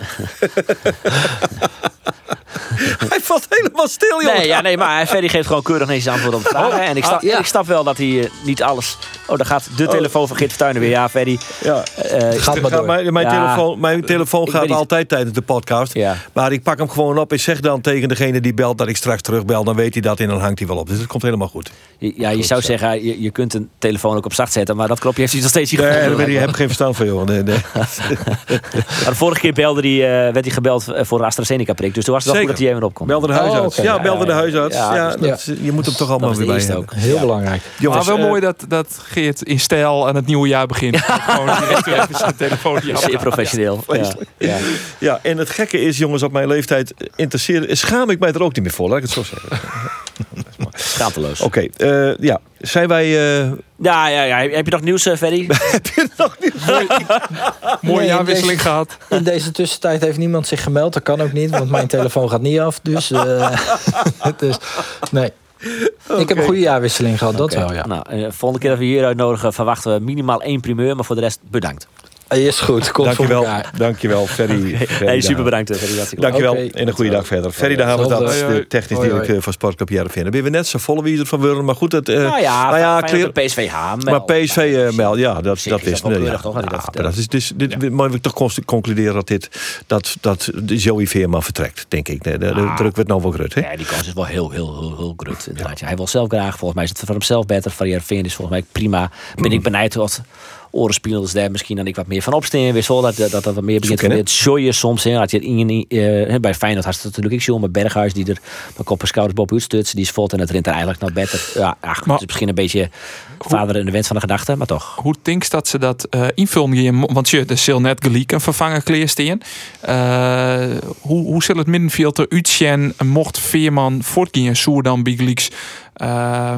Hij valt helemaal stil, joh. Nee, ja, nee, maar Ferry geeft gewoon keurig netjes antwoord op de vragen. Oh, en ik, sta, ah, ja. ik snap wel dat hij uh, niet alles... Oh, daar gaat de telefoon van Geert Vertuinen weer. Ja, Ferry. Ja. Uh, gaat maar door. Mijn, mijn ja. telefoon, mijn telefoon gaat altijd tijdens de podcast. Ja. Maar ik pak hem gewoon op en zeg dan tegen degene die belt... dat ik straks terugbel, dan weet hij dat en dan hangt hij wel op. Dus het komt helemaal goed. Ja, je goed, zou zo. zeggen, je, je kunt een telefoon ook op zacht zetten... maar dat knopje heeft hij nog steeds niet gevonden. Nee, daar heb ik geen verstand van, joh. Nee, nee. Maar de vorige keer belde die, uh, werd hij gebeld voor een AstraZeneca-prik. Dus toen was het wel goed dat hij even opkomt. Belde de huisarts. Oh, okay. Ja, belde de huisarts. Ja, ja, ja, dat, je moet hem toch allemaal weer bij hebben. Ook. Heel ja. belangrijk. Jongens, maar wel uh, mooi dat, dat Geert in stijl aan het nieuwe jaar begint. Ja. Gewoon direct weer even zijn telefoontje af. Zeer professioneel. Ja. Ja. ja, en het gekke is, jongens, op mijn leeftijd interesseren, schaam ik mij er ook niet meer voor. Laat ik het zo zeggen. Schaamteloos. Oké, okay, uh, ja. Zijn wij uh, Ja, ja, ja. Heb je nog nieuws, uh, Ferry? Heb je nog niet? Mooie Nee, jaarwisseling deze- gehad. In deze tussentijd heeft niemand zich gemeld. Dat kan ook niet, want mijn telefoon gaat niet af. Dus, uh, dus nee. Ik heb een goede jaarwisseling gehad, dat Oké. wel, ja. Nou, uh, volgende keer dat we hier uitnodigen, verwachten we minimaal één primeur. Maar voor de rest, bedankt. Is goed, komt voor Dankjewel, elkaar. dankjewel, Ferry. Ferry Hey, de super Haan. bedankt, Ferry. Hartstikke leuk. Dankjewel Oké. en een goede dag verder. Ferry de Haan, dat is Hoi, hoi. de technisch Hoi, hoi. directeur van Sportclub Heerenveen. Dan ben je net zo volle wie er van worden, maar goed. Het, uh, Nou ja, nou ja, fijn clear- dat de P S V H maar P S V uh, meld, ja, dat, Zeker, dat is is. dat wel nee, keurig, toch, dat hij dat ja, vertelt. dat is dus, dit, maar we toch const- concluderen dat dit, dat, dat de Joey Veerman vertrekt, denk ik. Nee, de, de Ah. druk werd nou wel grut, hè? Ja, die kans is wel heel, heel, heel, heel grut. Inderdaad. Ja. Hij wil zelf graag. Volgens mij is het voor hemzelf beter. Van Heerenveen is volgens mij prima. Ben ik benieuwd wat orenspielers daar misschien dan ik wat meer van opsteen. Wist wel dat dat, dat wat meer begint Zoeken, van het joyen soms. Hè. Had je in, uh, bij Feyenoord had het natuurlijk ik zo met Berghuis die er met kop en schouders bovenuit stutsen. Die is vol en het rent er eigenlijk nog beter. Ja, ach, Maar- het is misschien een beetje vader in de wens van de gedachte, maar toch. Hoe denkt dat ze dat uh, invullen? Gaan? Want je, er zal net gelijk een vervanger kleersteen. Uh, hoe, hoe zal het middenveld eruit zien mocht Veerman voortgaan? Soer dan Big Leagues, uh,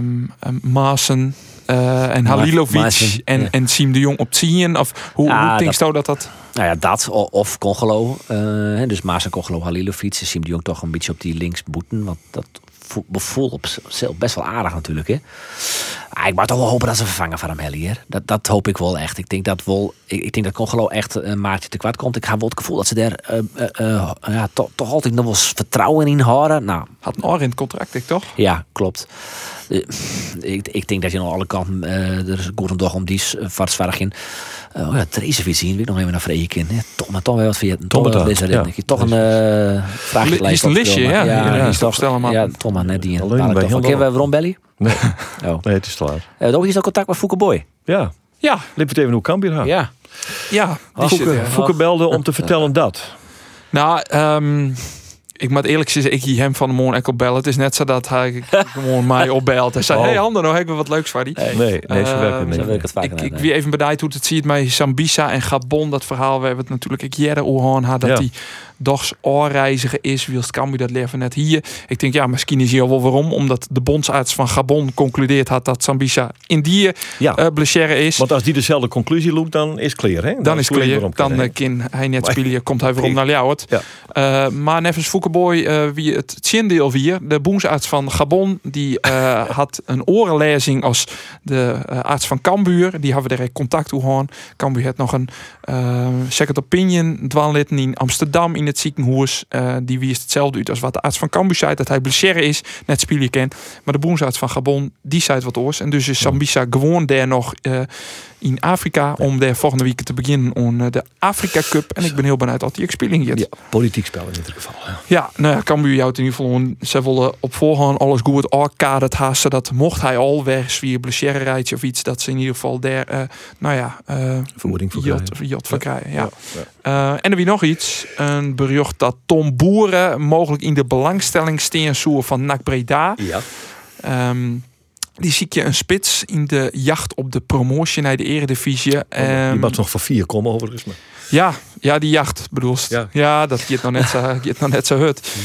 Maassen uh, en Halilovic Maassen, en, ja. en Siem de Jong op tien? Of hoe, Ja, hoe denk je dat dat... Nou ja, dat o- of Congolo. Uh, dus Maas en Congolo, Halilovic. Siem de Jong toch een beetje op die linksboeten. Want dat bevoelt op zichzelf best wel aardig natuurlijk. Hè? Ah, ik mag toch wel hopen dat ze vervangen van hem Helly, hier. Dat, dat hoop ik wel echt. Ik denk dat wel, ik, ik denk dat Congolo echt een maatje te kwart komt. Ik heb wel het gevoel dat ze daar uh, uh, uh, ja, to, toch altijd nog wel eens vertrouwen in houden. Nou, Had een oor in het contract, ik toch? ja, klopt. Uh, ik, ik denk dat je aan alle kanten uh, er is goed en toch om die vartsvarrig in. Uh, oh ja, Trezevic zien, wil ik nog even naar Vreken. Toch, maar toch wel wat via Tom toch, het wel ja. ja. toch een uh, vragenlijst. Is een listje, ja. ja, Ja, is toch opstellen, maar- ja, Tom maar net die. Alleen bij heel Kennen we waarom Belly? Nee, Oh. nee, het is te laat. Uh, ook is dat contact met Fouke Boy. Ja, Ja, liep het even hoe Cambuur had. Ja. ja. Die zit, Fouke, uh, Fouke belde om te vertellen dat. Nou, um, ik moet eerlijk zeggen, ik hier hem van de morgen ook bellen. Het is net zo dat hij gewoon mij opbelt. Hij zei, Oh. hey Ander, nou heb ik wat leuks voor die. Nee, nee, zo werkt het Uh, Zo niet. wil ik het vaak Ik, ik wie even benieuwd hoe het ziet met Sambisa en Gabon. Dat verhaal, we hebben het natuurlijk ik jaren oorhoorn had dat Ja. die dochs oorreiziger is. Wilst Cambuur dat leven net hier. Ik denk, ja, misschien is hij al wel waarom. Omdat de bondsarts van Gabon concludeerd had dat Sambisa in die Ja, uh, blessure is. want als die dezelfde conclusie loopt, dan is het clear, hè? Dan is voel je clear. waarom Dan clear, uh, hè? kan hij net Maar- spelen. Komt hij weer om naar Ljouwert. Ja. Uh, maar nevens Foukeboy, uh, wie het tjindeel weer. De boensarts van Gabon. Die uh, had een orenlezing als de uh, arts van Cambuur. Die hebben we direct contact toe gehad. Cambuur had nog een uh, second opinion dwanlitten in Amsterdam in het ziekenhuis. Uh, die wist hetzelfde uit als wat de arts van Cambuur zei. Dat hij blessure is. Net spelen kan. Maar de boensarts van Gabon, die zei het wat oors. En dus is Sambisa gewoon daar nog uh, in Afrika. Om daar volgende week te beginnen aan de Afrika Cup. En ik ben heel benieuwd wat die speling hier. Ja, politiek spel in ieder geval. Ja. Ja, nou ja, Cambuur jou in ieder geval een- ze willen op voorhand alles goed aankaderd hebben, zodat mocht hij al weg via blessure rijtje of iets, dat ze in ieder geval daar, uh, nou ja, uh, Vergoeding voor jot, krijgen. jot van krijgen. Ja. Ja, Uh, en er weer nog iets, een bericht dat Tom Boeren mogelijk in de belangstelling steen zoer van N A C Breda. Ja. Um, die zie je een spits in de jacht op de promotie naar de Eredivisie. Die Um, mag nog van vier komen overigens. Maar. ja, ja, die jacht bedoelst. Ja. Ja, dat gaat nog net zo, gaat nog net zo hut.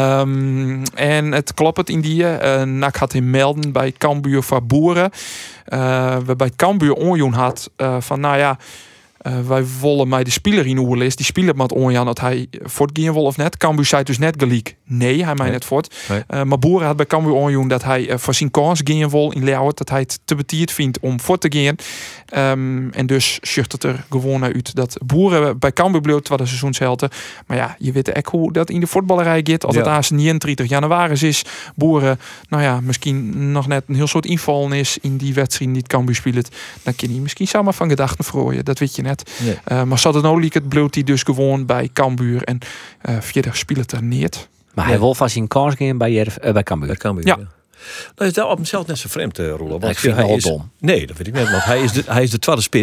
Um, en het klopt het in die. Uh, N A C had hem melden bij Cambuur van Boeren. Uh, waarbij Cambuur onjoen had uh, van nou ja. Uh, wij willen mij de speler in hoe is. Die speler met onjan dat hij voortgaan wil of net. Cambuur zei dus net gelijk. Nee, hij mij Nee. net voort. Nee. Uh, maar Boeren had bij Cambuur onjoen dat hij uh, voor zijn kans gaan wil in Ljouwert. Dat hij het te betierd vindt om voor te gaan. Um, en dus schucht het er gewoon naar uit dat Boeren bij Cambuur bleef wat de seizoenshelte. Maar ja, je weet echt hoe dat in de voetballerij gaat. Als Ja. het aan eenentwintig januari is. Boeren, nou ja, misschien nog net een heel soort invallen is in die wedstrijd die het Cambuur speelt. Dan kan hij misschien samen van gedachten vrooien. Dat weet je net. Nee. Uh, maar zat het nou liek het bleef hij dus gewoon bij Cambuur. En uh, verder speelt het er niet. Maar hij wil vast in kans gaan bij, Jerv, uh, bij Cambuur. Dat kan weer. Ja. Ja. Nou is dat op zichzelf net zo vreemd, uh, Roelof. Want Ik vind hij het is, wel dom. Nee, dat weet ik niet. Want hij is de, hij is de tweede spits.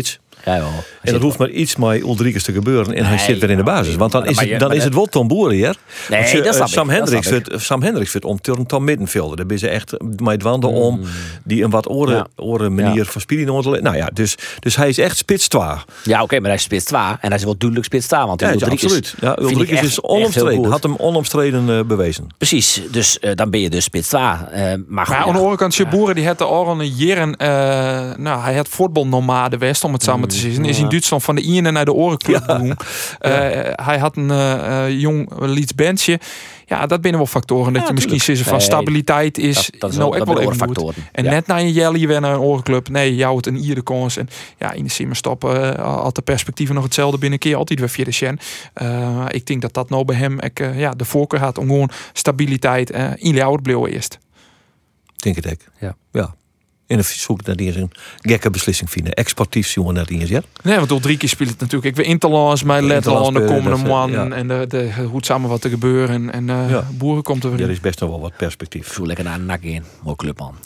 Ja, joh. En er hoeft maar iets met Ulrikes te gebeuren en Nee, hij zit weer in de basis. nee, Want dan maar- is maar het, je- dan maar is dat- het wel Tom Boeren hier. Nee, Want je, dat eh, snap ik, Sam dat Hendricks snap ik. werd, Sam Hendricks werd om turn Tom Middenvelder. Daar ben ze echt met wanden om die een wat oren, Ja. oren manier Ja. van spelen. Nou ja, dus, dus hij is echt spits twa. Ja, oké, maar hij is spits twee. En hij is wel duidelijk spits twee. Want Ja, ja, Ulrikes absoluut. Ja, vind ik Ulrikes echt- is echt heel onomstreden. goed. Had hem onomstreden uh, bewezen. Precies, dus uh, dan ben je dus spits twee. Uh, maar Maar goed, aan de ja. andere kant, Boeren die had de al een jaren, uh, nou, hij had voetbalnomade West, om het samen te zeggen. Is in ja. Duitsland van de ene naar de orenclub doen. Uh, hij had een uh, jong Leeds bandje. Ja, dat binnen wel factoren. Dat Ja, je misschien tuurlijk. zeggen van Nee, stabiliteit is, dat, dat is nou wel, echt dat wel wel even goed. factoren. En Ja. net na een jelly weer naar een orenclub. Nee, jou het een ierde kans. En ja, in de simmer stoppen uh, had de perspectieven nog hetzelfde binnen keer altijd weer via de Shen. Uh, ik denk dat dat nou bij hem ik, uh, ja, de voorkeur had om gewoon stabiliteit uh, in jouw bleeuwen eerst. Denk het ik. Ja. ja. En dan zoek ik naar die eens een gekke beslissing vinden. Exportief jongen naar die eens, ja. Nee, want Ulrike speelt het natuurlijk. Ik weet Interlands, mij let al aan de Interlands komende spelen, man. dat, En de, de, hoe het samen wat te gebeuren. En, en uh, Ja. Boeren komt er weer Er in. is best nog wel wat perspectief. Zo lekker naar een nak in. Mooi clubman.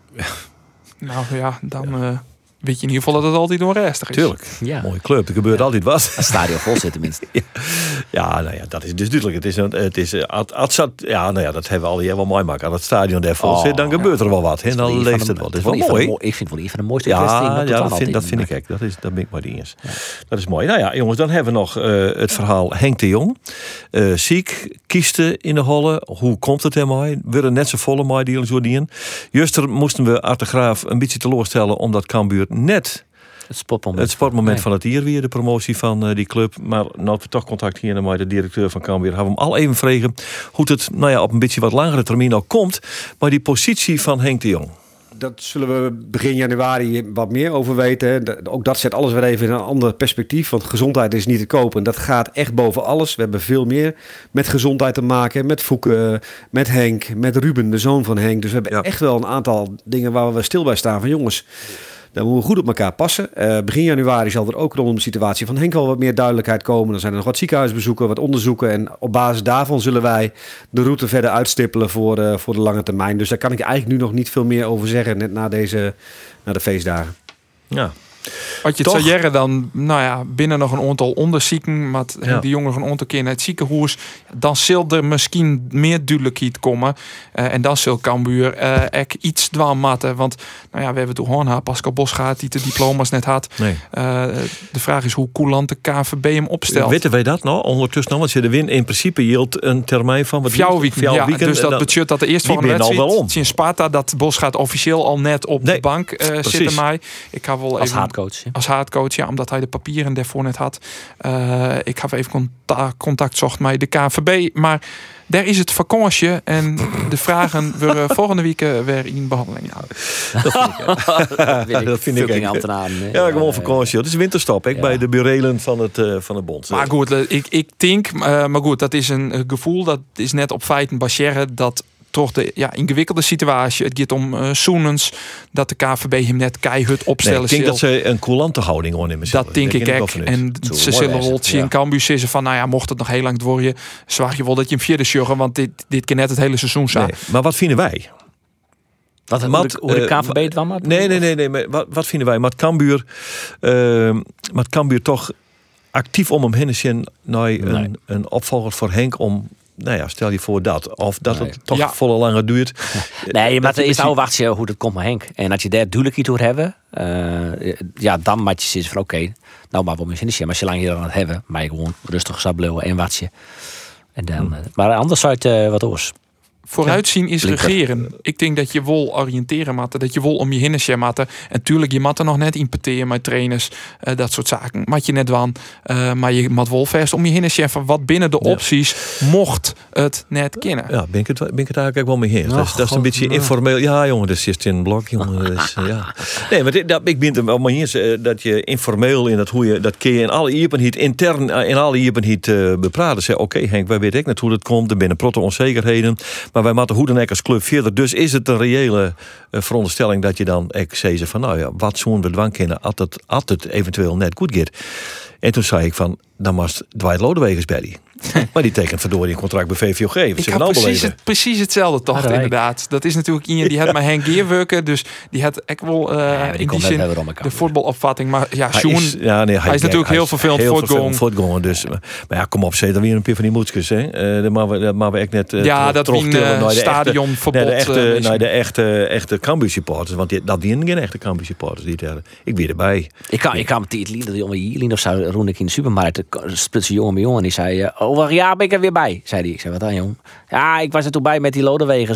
Nou ja, dan uh, weet je in ieder geval dat het altijd onrustig is. Tuurlijk. Ja. Mooie club. Er gebeurt altijd wat. Het stadion vol zit tenminste. Ja, nou ja, dat is dus duidelijk. Het is een, het is, uh, at, at, at, ja, nou ja, dat hebben we al hier wel mooi maken. Als het stadion daar vol Oh, zit, dan gebeurt er wel wat. En dan Een van leeft de- het wel. Dat is wel wel een van de mooi. mo- Ik vind het wel een van de mooiste kwesties. Ja, ja dat, vind, dat vind ik ook. Dat, is, dat ben ik maar die eens. Ja. Dat is mooi. Nou ja, jongens, dan hebben we nog uh, het verhaal Henk de Jong. Uh, ziek, kieste in de holle. Hoe komt het ermee? We er net zo volle mee die zo dien. Juster moesten we Art de Graaf een beetje teleurstellen omdat Cambuur net Het sportmoment. het sportmoment Nee. van het jaar weer, de promotie van uh, die club. Maar nou we toch contact hier met de directeur van Cambuur, hebben we hem al even vregen hoe het nou ja, op een beetje wat langere termijn ook komt. Maar die positie van Henk de Jong. Dat zullen we begin januari wat meer over weten. Ook dat zet alles weer even in een ander perspectief. Want gezondheid is niet te kopen. Dat gaat echt boven alles. We hebben veel meer met gezondheid te maken. Met Fouke, met Henk, met Ruben, de zoon van Henk. Dus we hebben Ja. echt wel een aantal dingen waar we stil bij staan. Van jongens, dan moeten we goed op elkaar passen. Uh, begin januari zal er ook rondom de situatie van Henk wel wat meer duidelijkheid komen. Dan zijn er nog wat ziekenhuisbezoeken, wat onderzoeken. En op basis daarvan zullen wij de route verder uitstippelen voor, uh, voor de lange termijn. Dus daar kan ik eigenlijk nu nog niet veel meer over zeggen. Net na, deze, na de feestdagen. Ja. Wat je het Toch? zou jaren dan, nou ja, binnen nog een aantal onderzieken, met Ja. die jongen nog een aantal keer naar het ziekenhuis, dan zal er misschien meer duidelijkheid komen. Uh, en dan zal Cambuur uh, ek iets dwaan matten. Want, nou ja, we hebben toen Hornha, Pascal Bosgaard, die de diploma's net had. Nee. Uh, de vraag is hoe coulant de K V B hem opstelt. Weten wij dat nou? Ondertussen, want je de win in principe hield een termijn van wat Fjouw weekend, ja. weekend, Dus en dat dan- betekent dat de eerste die van de ben al wedstrijd, wel om. in Sparta, dat Bosgaard officieel al net op Nee, de bank uh, precies. zitten mij. Ik ga wel Als even haatcoach. Ja. als haatcoach, ja, omdat hij de papieren daarvoor net had. Uh, ik ga even contact, contact zocht met de K V B, maar daar is het vakantie en de vragen worden volgende week uh, weer in behandeling. Ja. Dat vind ik Fucking ook. ambtenaren. hè. Ja, gewoon Eh, vakantie. Het is winterstop hè, ja. bij de burelen van het, uh, van het bond. Maar goed, uh, ik, ik denk, uh, maar goed, dat is een uh, gevoel, dat is net op feiten baseren dat toch de ja, ingewikkelde situatie. Het gaat om uh, Soenens, dat de K V B hem net keihard opstellen. Nee, ik denk zal. dat ze een coulante houding ondernemen zullen. Dat denk ik wel ook. van En uit. zou ze mooi zullen wezen, wel zien ja. Cambuur zeggen van, nou ja, mocht het nog heel lang worden, zwaar je wel dat je hem vierde sjoggen, want dit, dit kan net het hele seizoen zijn. Nee, maar wat vinden wij? Wat, hoe Mat, de, hoe de eh, K V B het wel maakt? Nee, nee, nee, nee. Maar wat, wat vinden wij? Maar Cambuur, uh, maar Cambuur toch actief om hem heen zien naar een, Nee. een opvolger voor Henk om. Nou ja, stel je voor dat. Of dat Nee. het toch Ja. volle lange duurt. Nee, maar Dat het is is nou wachten hoe dat komt met Henk. En als je daar duidelijkheid door hebben, uh, ja, dan moet je zeggen van oké, okay, nou maar wat misschien is. Maar als je lang hier aan het hebben, maar je gewoon rustig sableeuwen en watje. En dan, Hmm. uh, maar anders zou het uh, wat oors. Vooruitzien is Blinker. regeren. Ik denk dat je wel oriënteren matte, dat je wel om je heen zien matte. En tuurlijk, je mat er nog net importeren met trainers, uh, dat soort zaken. Mat je net wan, uh, maar je mat wel vast om je heen zien van wat binnen de Ja. opties mocht het net kennen. Ja, ben ik het, ben ik het eigenlijk ook wel mee eens. Oh, dat, is, dat is een God, beetje nou. informeel. Ja, jongen, dat is just in een blok, jongen. Dat is, uh, ja. Nee, maar dit, dat, ik ben het er wel mee eens uh, dat je informeel in dat hoe je dat kun je in alle iepenheid intern uh, in alle iepenheid uh, bepraten. Zeg, oké, okay, Henk, wij weten ook net hoe dat komt. Er binnen protte onzekerheden, maar wij moeten hoe dan ook als club verder. Dus is het een reële uh, veronderstelling dat je dan ik zei ze van, nou ja, wat zo'n bedwang kennen, als het, als het eventueel net goed gaat. En toen zei ik van, dan was Dwight Lodewegers bij die. Maar die tekent verdorie een contract bij V V O G. Ik had precies, het, precies hetzelfde toch, Harderwijk. inderdaad. Dat is natuurlijk iemand die had maar Henk Geerwerken, dus die had echt wel uh, Ja, die in komt die net zin weer om elkaar. de voetbalopvatting. Maar ja, Hij Sjoen, is, ja, nee, hij is natuurlijk heel vervelend voortgegaan. voortgegaan. Dus, maar ja, kom op, zet dan weer een paar van die moedjes. Hè. Uh, dan maar we, dat maar we echt net uh, ja, terug- dat wie terugtillen een naar de stadionverbod. Naar de echte, uh, naar de echte, echte Cambuur supporters. Want die, dat die geen echte Cambuur supporters. Die daar, ik weer erbij. Ik kwam ik kwam die jongen jongen hier of zo roen ik in de supermarkt. Er split een jongen bij jongen en die zei: uh, over ja ben ik er weer bij. Zei die. Ik zei: wat dan, jong? Ja, ik was er toen bij met die Lodewegers.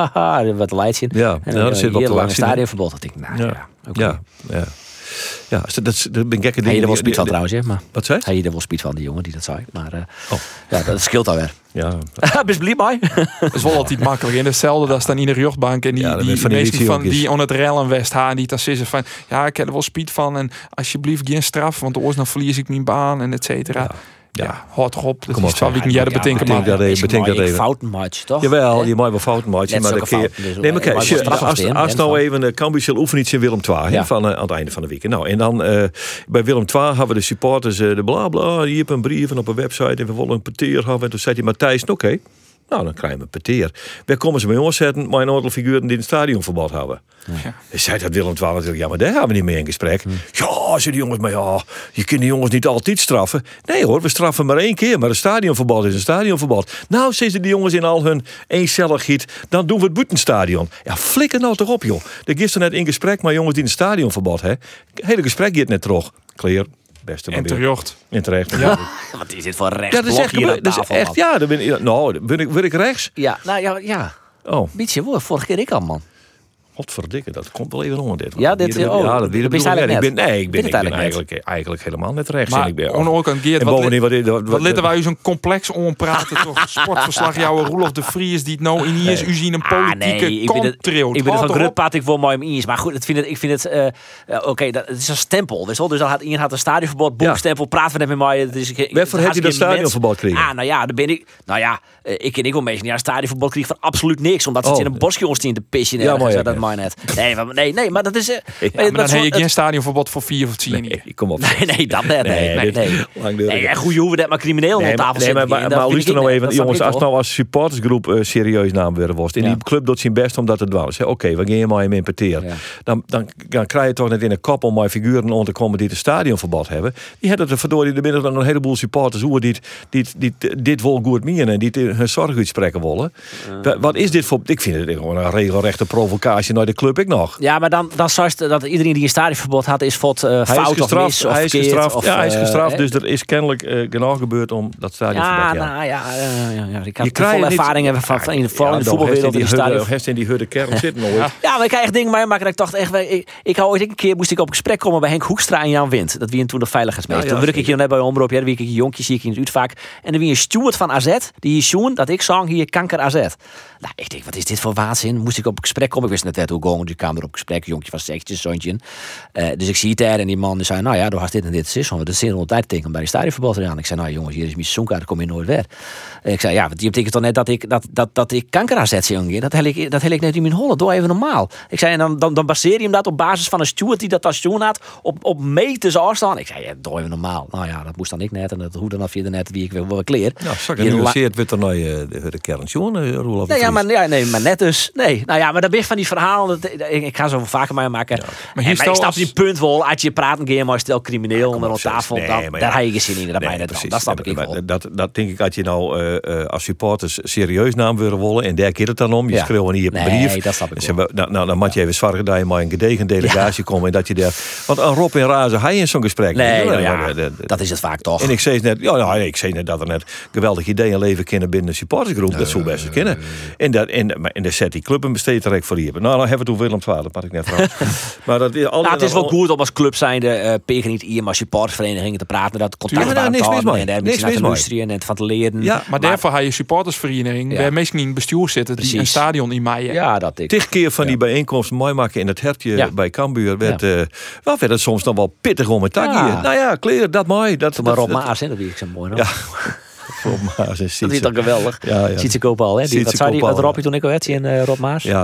Wat een leidje. Ja, en ja, dat zit wel te lang laat zien, hè? stadionverbod. Dat ik, nou ja, Ja, oké. ja, ja. Ja, dat, dat, dat ben ik gekke Hij je er wel die- speed die- van trouwens, hè? Maar Wat zei je? hij je er wel speed van die jongen die dat zei. Maar uh, Oh. ja, dat scheelt alweer. Ja, Best blij mij. Dat is wel altijd makkelijk. En hetzelfde, dat staan in de rugbank. En die, Ja, dat die, ben van die meesten van liedjejonkjes. die on het rellen West Haan, die dan zeggen van, ja, ik heb er wel speed van. En alsjeblieft geen straf, want anders dan verlies ik mijn baan en et cetera. Ja, Ja. ja, houd toch op. Dat Kom is op, wel wie zeg. ik niet bedenken, betekent maar dat even, betekent dat even. Fouten match, toch? Jawel, Hè? je mag wel fouten maken, Net maar dan zulke kun je... fouten, dus Nee, maar je kijk, mag wel als, straf als, afsteken, als en nou van- even een Cambuurse oefening in Willem twee, hè, Ja. van, uh, aan het einde van de week. Nou, en dan uh, bij Willem twee hebben we de supporters uh, de bla bla, hier heb een brief en op een website en we willen een peteer hebben. En toen zei hij Matthijs, oké, okay, nou dan krijgen we een peteer. Waar komen ze bij ons zetten? Mijn aantal figuren die het stadionverbod hebben. Ja. Hij zei dat Willem twee natuurlijk, ja, maar daar gaan we niet mee in gesprek. Hm. Ja, zei die jongens, maar ja, je kunt die jongens niet altijd straffen. Nee hoor, we straffen maar één keer, maar een stadionverbod is een stadionverbod. Nou, zitten die jongens in al hun eencelligheid, dan doen we het buitenstadion. Ja, flikker nou toch op, joh. De gisteren net in gesprek, maar jongens die een stadionverbod, hè. Het hele gesprek gaat net terug. Clear. Beste En maar weer. terecht. En terecht. Ja. Wat is dit voor Ja, rechts dat is echt, hier aan gebeurd. Dat is tafel, echt, man? ja, dan ben ik, nou, ben ik, ben ik rechts? Ja, nou ja, ja. Oh, Beetje woord. Vorige keer ik al, man. godverdikke, dat komt wel even onder dit. Ja, dit- Hier- oh, ja, dat dat weer ben je bedoel ik. eigenlijk Ik ben, net. nee, ik ben, Ben je ik ben het eigenlijk eigenlijk, eigenlijk helemaal net rechts. Maar en ik ben, aan de andere kant, Geert, en wat, bovendien, li- wat, wat, wat litten wij zo'n complex onpraten toch? Sportverslagjouwer Roelof de Vries die het nou in hier is. U zien een politieke ik ben het, kontreeuw. ik ben het van Grutpaat, ik wil mooi eens. Maar goed, ik vind het, ik vind het uh, uh, oké, dat het is een stempel. Dus, dus dan had iemand had een stadionverbod, boekstempel, praten we net met mij. Het is, het waarvoor heb je dat stadionverbod gekregen? Ah, nou ja, dan ben ik, nou ja, uh, ik ken ik wel mensen die een stadionverbod kregen van absoluut niks, omdat ze Oh. het in een bosje ons in de pisje Ja, mooi, ja, dat ja. mij net. Nee, maar, nee, nee, maar dat is. Uh, Ja, Maar dan dat heb je soort- geen stadionverbod voor vier of tien. Nee, kom op. Nee, nee, dat net. Nee, Nee, nee, dit- nee. langdurig. Nee, en goed, je hoeft net maar crimineel Nee, op tafel maar, nee, zitten. maar, maar, Dat maar vind ik luister nou niet, even, dat snap jongens, ik als wel. nou als supportersgroep uh, serieus naam worden was en Ja. die club doet zijn best om dat te doen. Zeg, oké, we gaan je maar hem importeren. Ja. Dan, dan, dan krijg je toch net in een kop om mijn figuren om te komen die het stadionverbod hebben. Die hebben er verdorie er binnen dan een heleboel supporters hoe die, die, die, die dit wil goed menen en die hun zorg uitspreken willen. Wat- Wat is dit voor? Ik vind het gewoon een regelrechte provocatie naar de club ik nog. Ja, maar dan, dan zou je dat iedereen die een stadionverbod had, is wat uh, Hij is fout of gestraft, mis of hij is verkeerd, gestraft, of, ja, hij is uh, gestraft, hè? dus er is kennelijk uh, genoeg gebeurd om dat stadionverbod. Ja, Ja, nou ja, uh, ja, ja, ik Je heb krijgt volle niet- ervaring hebben van, van in, vooral in de dan voetbalwereld in heeft de in die stadion. hudde- heeft in die hudde kern zitten nooit. Ja, maar ik krijg echt dingen mee maken dat ik dacht echt, wij- ik, ik hou ooit een keer moest ik op gesprek komen bij Henk Hoekstra en Jan Wind. Dat wie en toen de veiligheidsmeester. Ja, ja, toen werk ik zeker. hier net bij Omroep, ja, dan werk ik hier jonkjes, zie ik in het Uitvaak. En dan wie een steward van A Z, die hier zoen, dat ik zang hier kanker A Z. Nou, ik denk, wat is dit voor waanzin? Moest ik op gesprek komen? Ik wist net net hoe gewoon, dus ik kwam er op gesprek, jonkje van zestien, zoontje. Uh, dus ik zie het daar en die man die zei, nou ja, door hast dit en dit is, want dat is een tijd tegen om bij de stadionverbod te gaan. Ik zei, nou jongens, hier is mijn seizoenkaart, dan kom je nooit weer. Ik zei, ja, die betekent toch net dat ik dat dat dat ik kanker A Z zong. Dat hel ik dat hel ik net in mijn hollen. Doe even normaal. Ik zei, en dan dan, dan baseer je hem dat op basis van een steward die dat als steward had op op meters afstand. Ik zei, ja, doe even normaal. Nou ja, dat moest dan ik net en dat hoe dan af je net wie ik wil wel kleer. Nou, zag Hier ik la- nuanceerd werd er nou de, de kern jongen, uh, Roelof de Nee, ja, Vries. maar, ja, nee, maar net dus. Nee, nou ja, maar dat ben van die verhalen. Dat, ik, ik ga zo vaker mee maken. Maar Maar, hier en, maar stel ik snap als- die punt wel. Als je praten keer maar stel crimineel onder op, op tafel. nee, dan, maar daar ja. heb je geen zin in. Dat, Nee, mij net precies. dan. Dat snap ik Maar wel. Dat, dat denk ik, als je nou uh, uh, als supporters serieus naam willen willen en daar keert het dan om. Je Ja. schreeuwt niet op een Nee, brief. dat snap ik En wel. zeggen we, nou, nou, dan moet je even zorgen dat je maar een gedegen delegatie komt en dat je daar. Want aan Rob en Razen hij in zo'n gesprek. Nee, Ja, nou ja, maar, uh, uh, dat is het vaak toch. En ik zei net, ja, nou, ik zei net dat er net geweldig ideeën leven kennen binnen de supportersgroep. Dat zou best eens kennen. En dat en, maar- en daar zet die club een besteed direct voor hier. Nou, dan hebben we het over Willem twaalf, dat had ik net trouwens. Maar dat is al Nou, het is wel goed om als club zijnde uh, tegen niet hier maar supportersverenigingen te praten. Dat contact Ja, bij nou, niks elkaar mis mee. en daar Niks iets naar te mis mee. luisteren en van te leren. Ja, Maar daarvoor had je supportersvereniging, Ja. waar meestal in het bestuur zitten, die Precies. een stadion in maaien. Ja, dat ik. tig keer van die bijeenkomsten mooi maken in het hertje Ja. bij Cambuur werd, eh wel werd het soms nog wel pittig om het takje. Ja. Nou ja, kleren, dat mooi. Dat, Toen maar dat- Rob Maas, hè, dat wie ik zo mooi. Ja. Ja. Rob Maas en Dat is Sietse. toch geweldig. Ja, ja. Ziet ze kopen al, hè? Die, Sietse wat zei die? Koopal, Wat Rob je toen ik al werd, en uh, Rob Maas? Ja,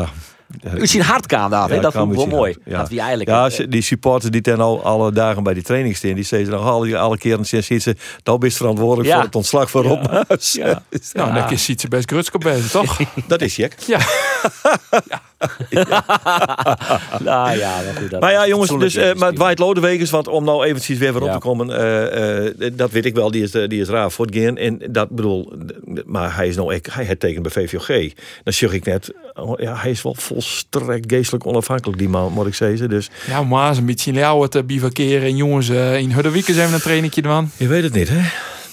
U ziet hard kan dat, hè? Ja, Dat kan vond ik wel u zien mooi. hard, ja. Dat wie eigenlijk... Ja, eh, ze- die supporters die ten al alle dagen bij die training staan, die zeggen nog alle, alle keren sinds ze, dat ben je verantwoordelijk Ja. voor het ontslag van Rob Maas. Ja. Nou, Ja. dan ziet ze best grutskop bezig, toch? Dat is check. Ja. nou ja, maar goed. Dat Maar ja, jongens, fatsoenlijk dus, eh, is maar het waait Lodewegers, want om nou eventjes weer weer op Ja. te komen, eh, eh, dat weet ik wel, die is, eh, die is raar voor het gaan. En dat bedoel, maar hij is nou, ik, hij het tekent bij V V O G. Dan zeg ik net, oh, ja, hij is wel volstrekt geestelijk onafhankelijk, die man, moet ik zeggen. Dus Ja, maar een beetje jou het bivakeren. En jongens, uh, in Huddewieken zijn we een trainingje doen. je weet het niet, hè?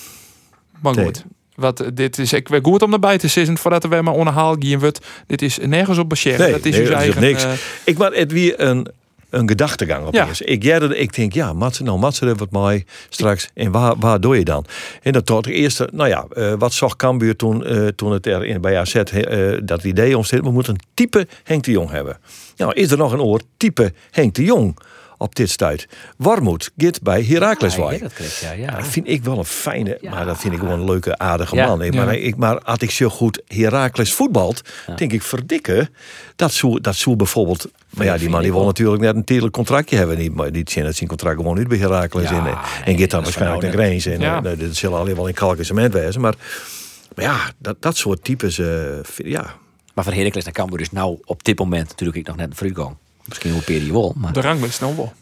Maar Nee. goed. Wat, eh, dit is ik weer goed om erbij te zitten voordat er weer maar onderhaal gaan wordt. Dit is nergens op baseren. Nee, dat is nee, uw dat is eigen... niks. eh, Ik maar het weer een, een gedachtegang op Ja. is. Ik, jerde, ik denk, ja, Matze, nou, Matze heeft wat mij straks. En waar, waar doe je dan? En dat tot de eerste, nou ja, eh, wat zag Cambuur toen, eh, toen het er in, bij A Z eh, dat idee ontstond. We moeten een type Henk de Jong hebben. Nou, is er nog een oor type Henk de Jong op dit stuit? Warmoed, git bij Heracles ja, Waai. ja, dat kreeg, ja, ja. Ja, dat vind ik wel een fijne, Ja. maar dat vind ik gewoon een leuke, aardige Ja. man. hè. Ja. Maar, ik, maar als ik zo goed Heracles voetbalt, Ja. denk ik, verdikken, dat zou, dat zou bijvoorbeeld... Maar ja, die vind man die ik wil wel. natuurlijk net een tijdelijk contractje hebben. Die, maar die zien dat zijn contract gewoon niet bij Heracles Ja, in. En, nee, en gaat dan dat is waarschijnlijk de van grens in. Ja. En, eh, dit zullen alleen wel in kalk en cement wezen. Maar, maar ja, dat, dat soort types, eh, vind- ja... Maar van Heracles naar Cambuur is nou op dit moment natuurlijk ik nog net een vooruitgang. Misschien hoe peer je wel, maar... de ranglijst nou wel.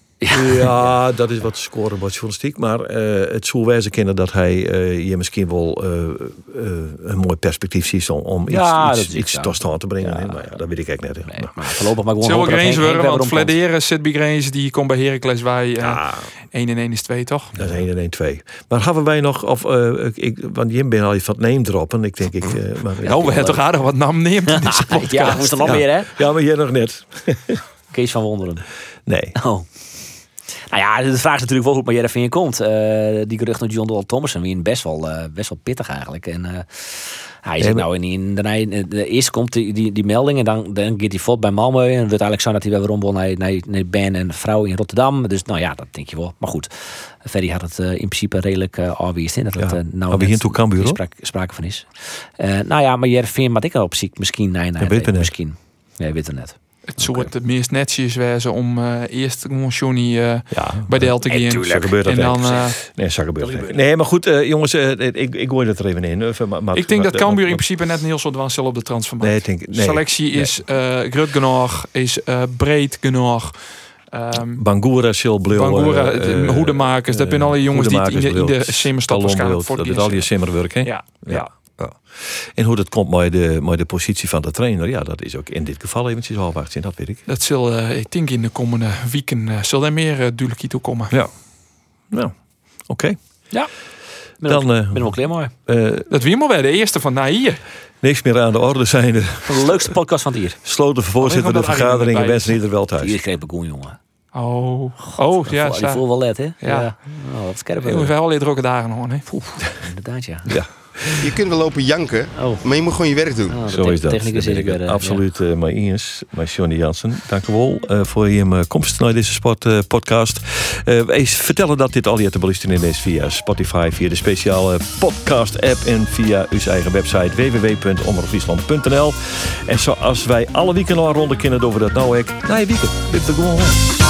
Ja, dat is wat scoren, wat journalistiek. Maar eh, het zou wijzen kunnen dat hij eh, je misschien wel eh, eh, een mooi perspectief ziet om, om Ja, iets, dat iets, is iets zo. tot stand te brengen. Ja. hè. Maar ja, dat weet ik eigenlijk net. Nee, Maar- maar voorlopig maar gewoon Zullen we hopen dat Grains Henk- worden? Henk Want weer omkomt. Flederen, Sidby Grains, die komt bij Heracles bij uh, Ja, één en één is twee, toch? dat is één en één, twee. Maar hebben wij nog, of, eh, ik, want Jim ben al je van het neem droppen. Ik denk, ik... eh, maar, Nou, we hebben toch aardig wat naam neemt in deze podcast. Ja, dat moest er nog Ja. meer, hè? Ja, maar jij nog net. Kees van Wonderen. Nee. Oh. Nou ja, de vraag is natuurlijk wel hoe het maar jij er van je komt. Eh, die gerucht naar John Doyle Thomason, wie best wel, uh, best wel pittig eigenlijk. En uh, hij zit maar- nou in, in de, de eerste komt die, die, die melding en dan, dan gaat hij voort bij Malmö. En het wordt eigenlijk zo dat hij weer waarom wil naar, naar, naar Ben en vrouw in Rotterdam. Dus nou ja, dat denk je wel. Maar goed, Ferry had het uh, in principe redelijk uh, afgewezen. Dat Ja. het uh, nou Maar we hier toe Cambuur, hoor. sprake, sprake van is. Uh, nou ja, maar jij vindt wat ik erop zie. Misschien, nee, nee, Je weet nee, het net. misschien. Nee, weet het net. Het zou het meest netjes wezen om uh, eerst gewoon Johnny uh, Ja, bij Del te nee, gaan. zo gebeurt dat En dan, echt. uh, Nee, zo gebeurt het echt. Nee, maar goed, uh, jongens, uh, ik, ik gooi dat er even in. Uh, maar, maar- ik denk maar- dat Cambuur in maar- principe net een heel soort wanstel op de transfermarkt. Nee, ik denk, nee. Selectie is uh, groot genoeg, is uh, breed genoeg. Um, Bangura, Silblil, Bangura, uh, de hoedemakers, dat zijn alle jongens die in de, in de simmerstappers gaan. Voor Voor dat het is al je eerst. simmerwerk, hè? Ja, Ja. ja. Ja. En hoe dat komt met de, met de positie van de trainer, ja, dat is ook in dit geval eventjes halfwacht zijn, dat weet ik. Dat zal, uh, ik denk in de komende weken uh, zal er meer uh, duidelijkheid toe komen. Ja. Nou, oké. Okay. Ja. Ben Dan, ook, uh, ben hem wel klaar mooi. uh, Dat wie maar weer de eerste van na hier. niks meer aan de orde zijn. De leukste podcast van het hier. Sloten voorzitter de Alleen omdat vergadering en Arjen wensen ieder wel thuis. Hier kreeg ik een jongen. Oh, oh ja. Die voel wel let, hè? Ja. Oh, wat scherp. We hebben wel drukke dagen hoor. Hè? Inderdaad, ja. Ja. Je kunt wel lopen janken, Oh. maar je moet gewoon je werk doen. Oh, de Zo te- is dat. Technicus Daar is ben ik ik weer. het uh, absoluut uh, mee eens. Met Johnny Jansen. Dank u wel uh, voor je uh, komst naar deze sport uh, podcast. Uh, wij vertellen dat dit al je te beluisteren is via Spotify, via de speciale podcast app en via uw eigen website w w w punt omroepfriesland punt n l. En zoals wij alle weekenden al ronden kennen over dat nou ik. Na je weekend. Dit is gewoon.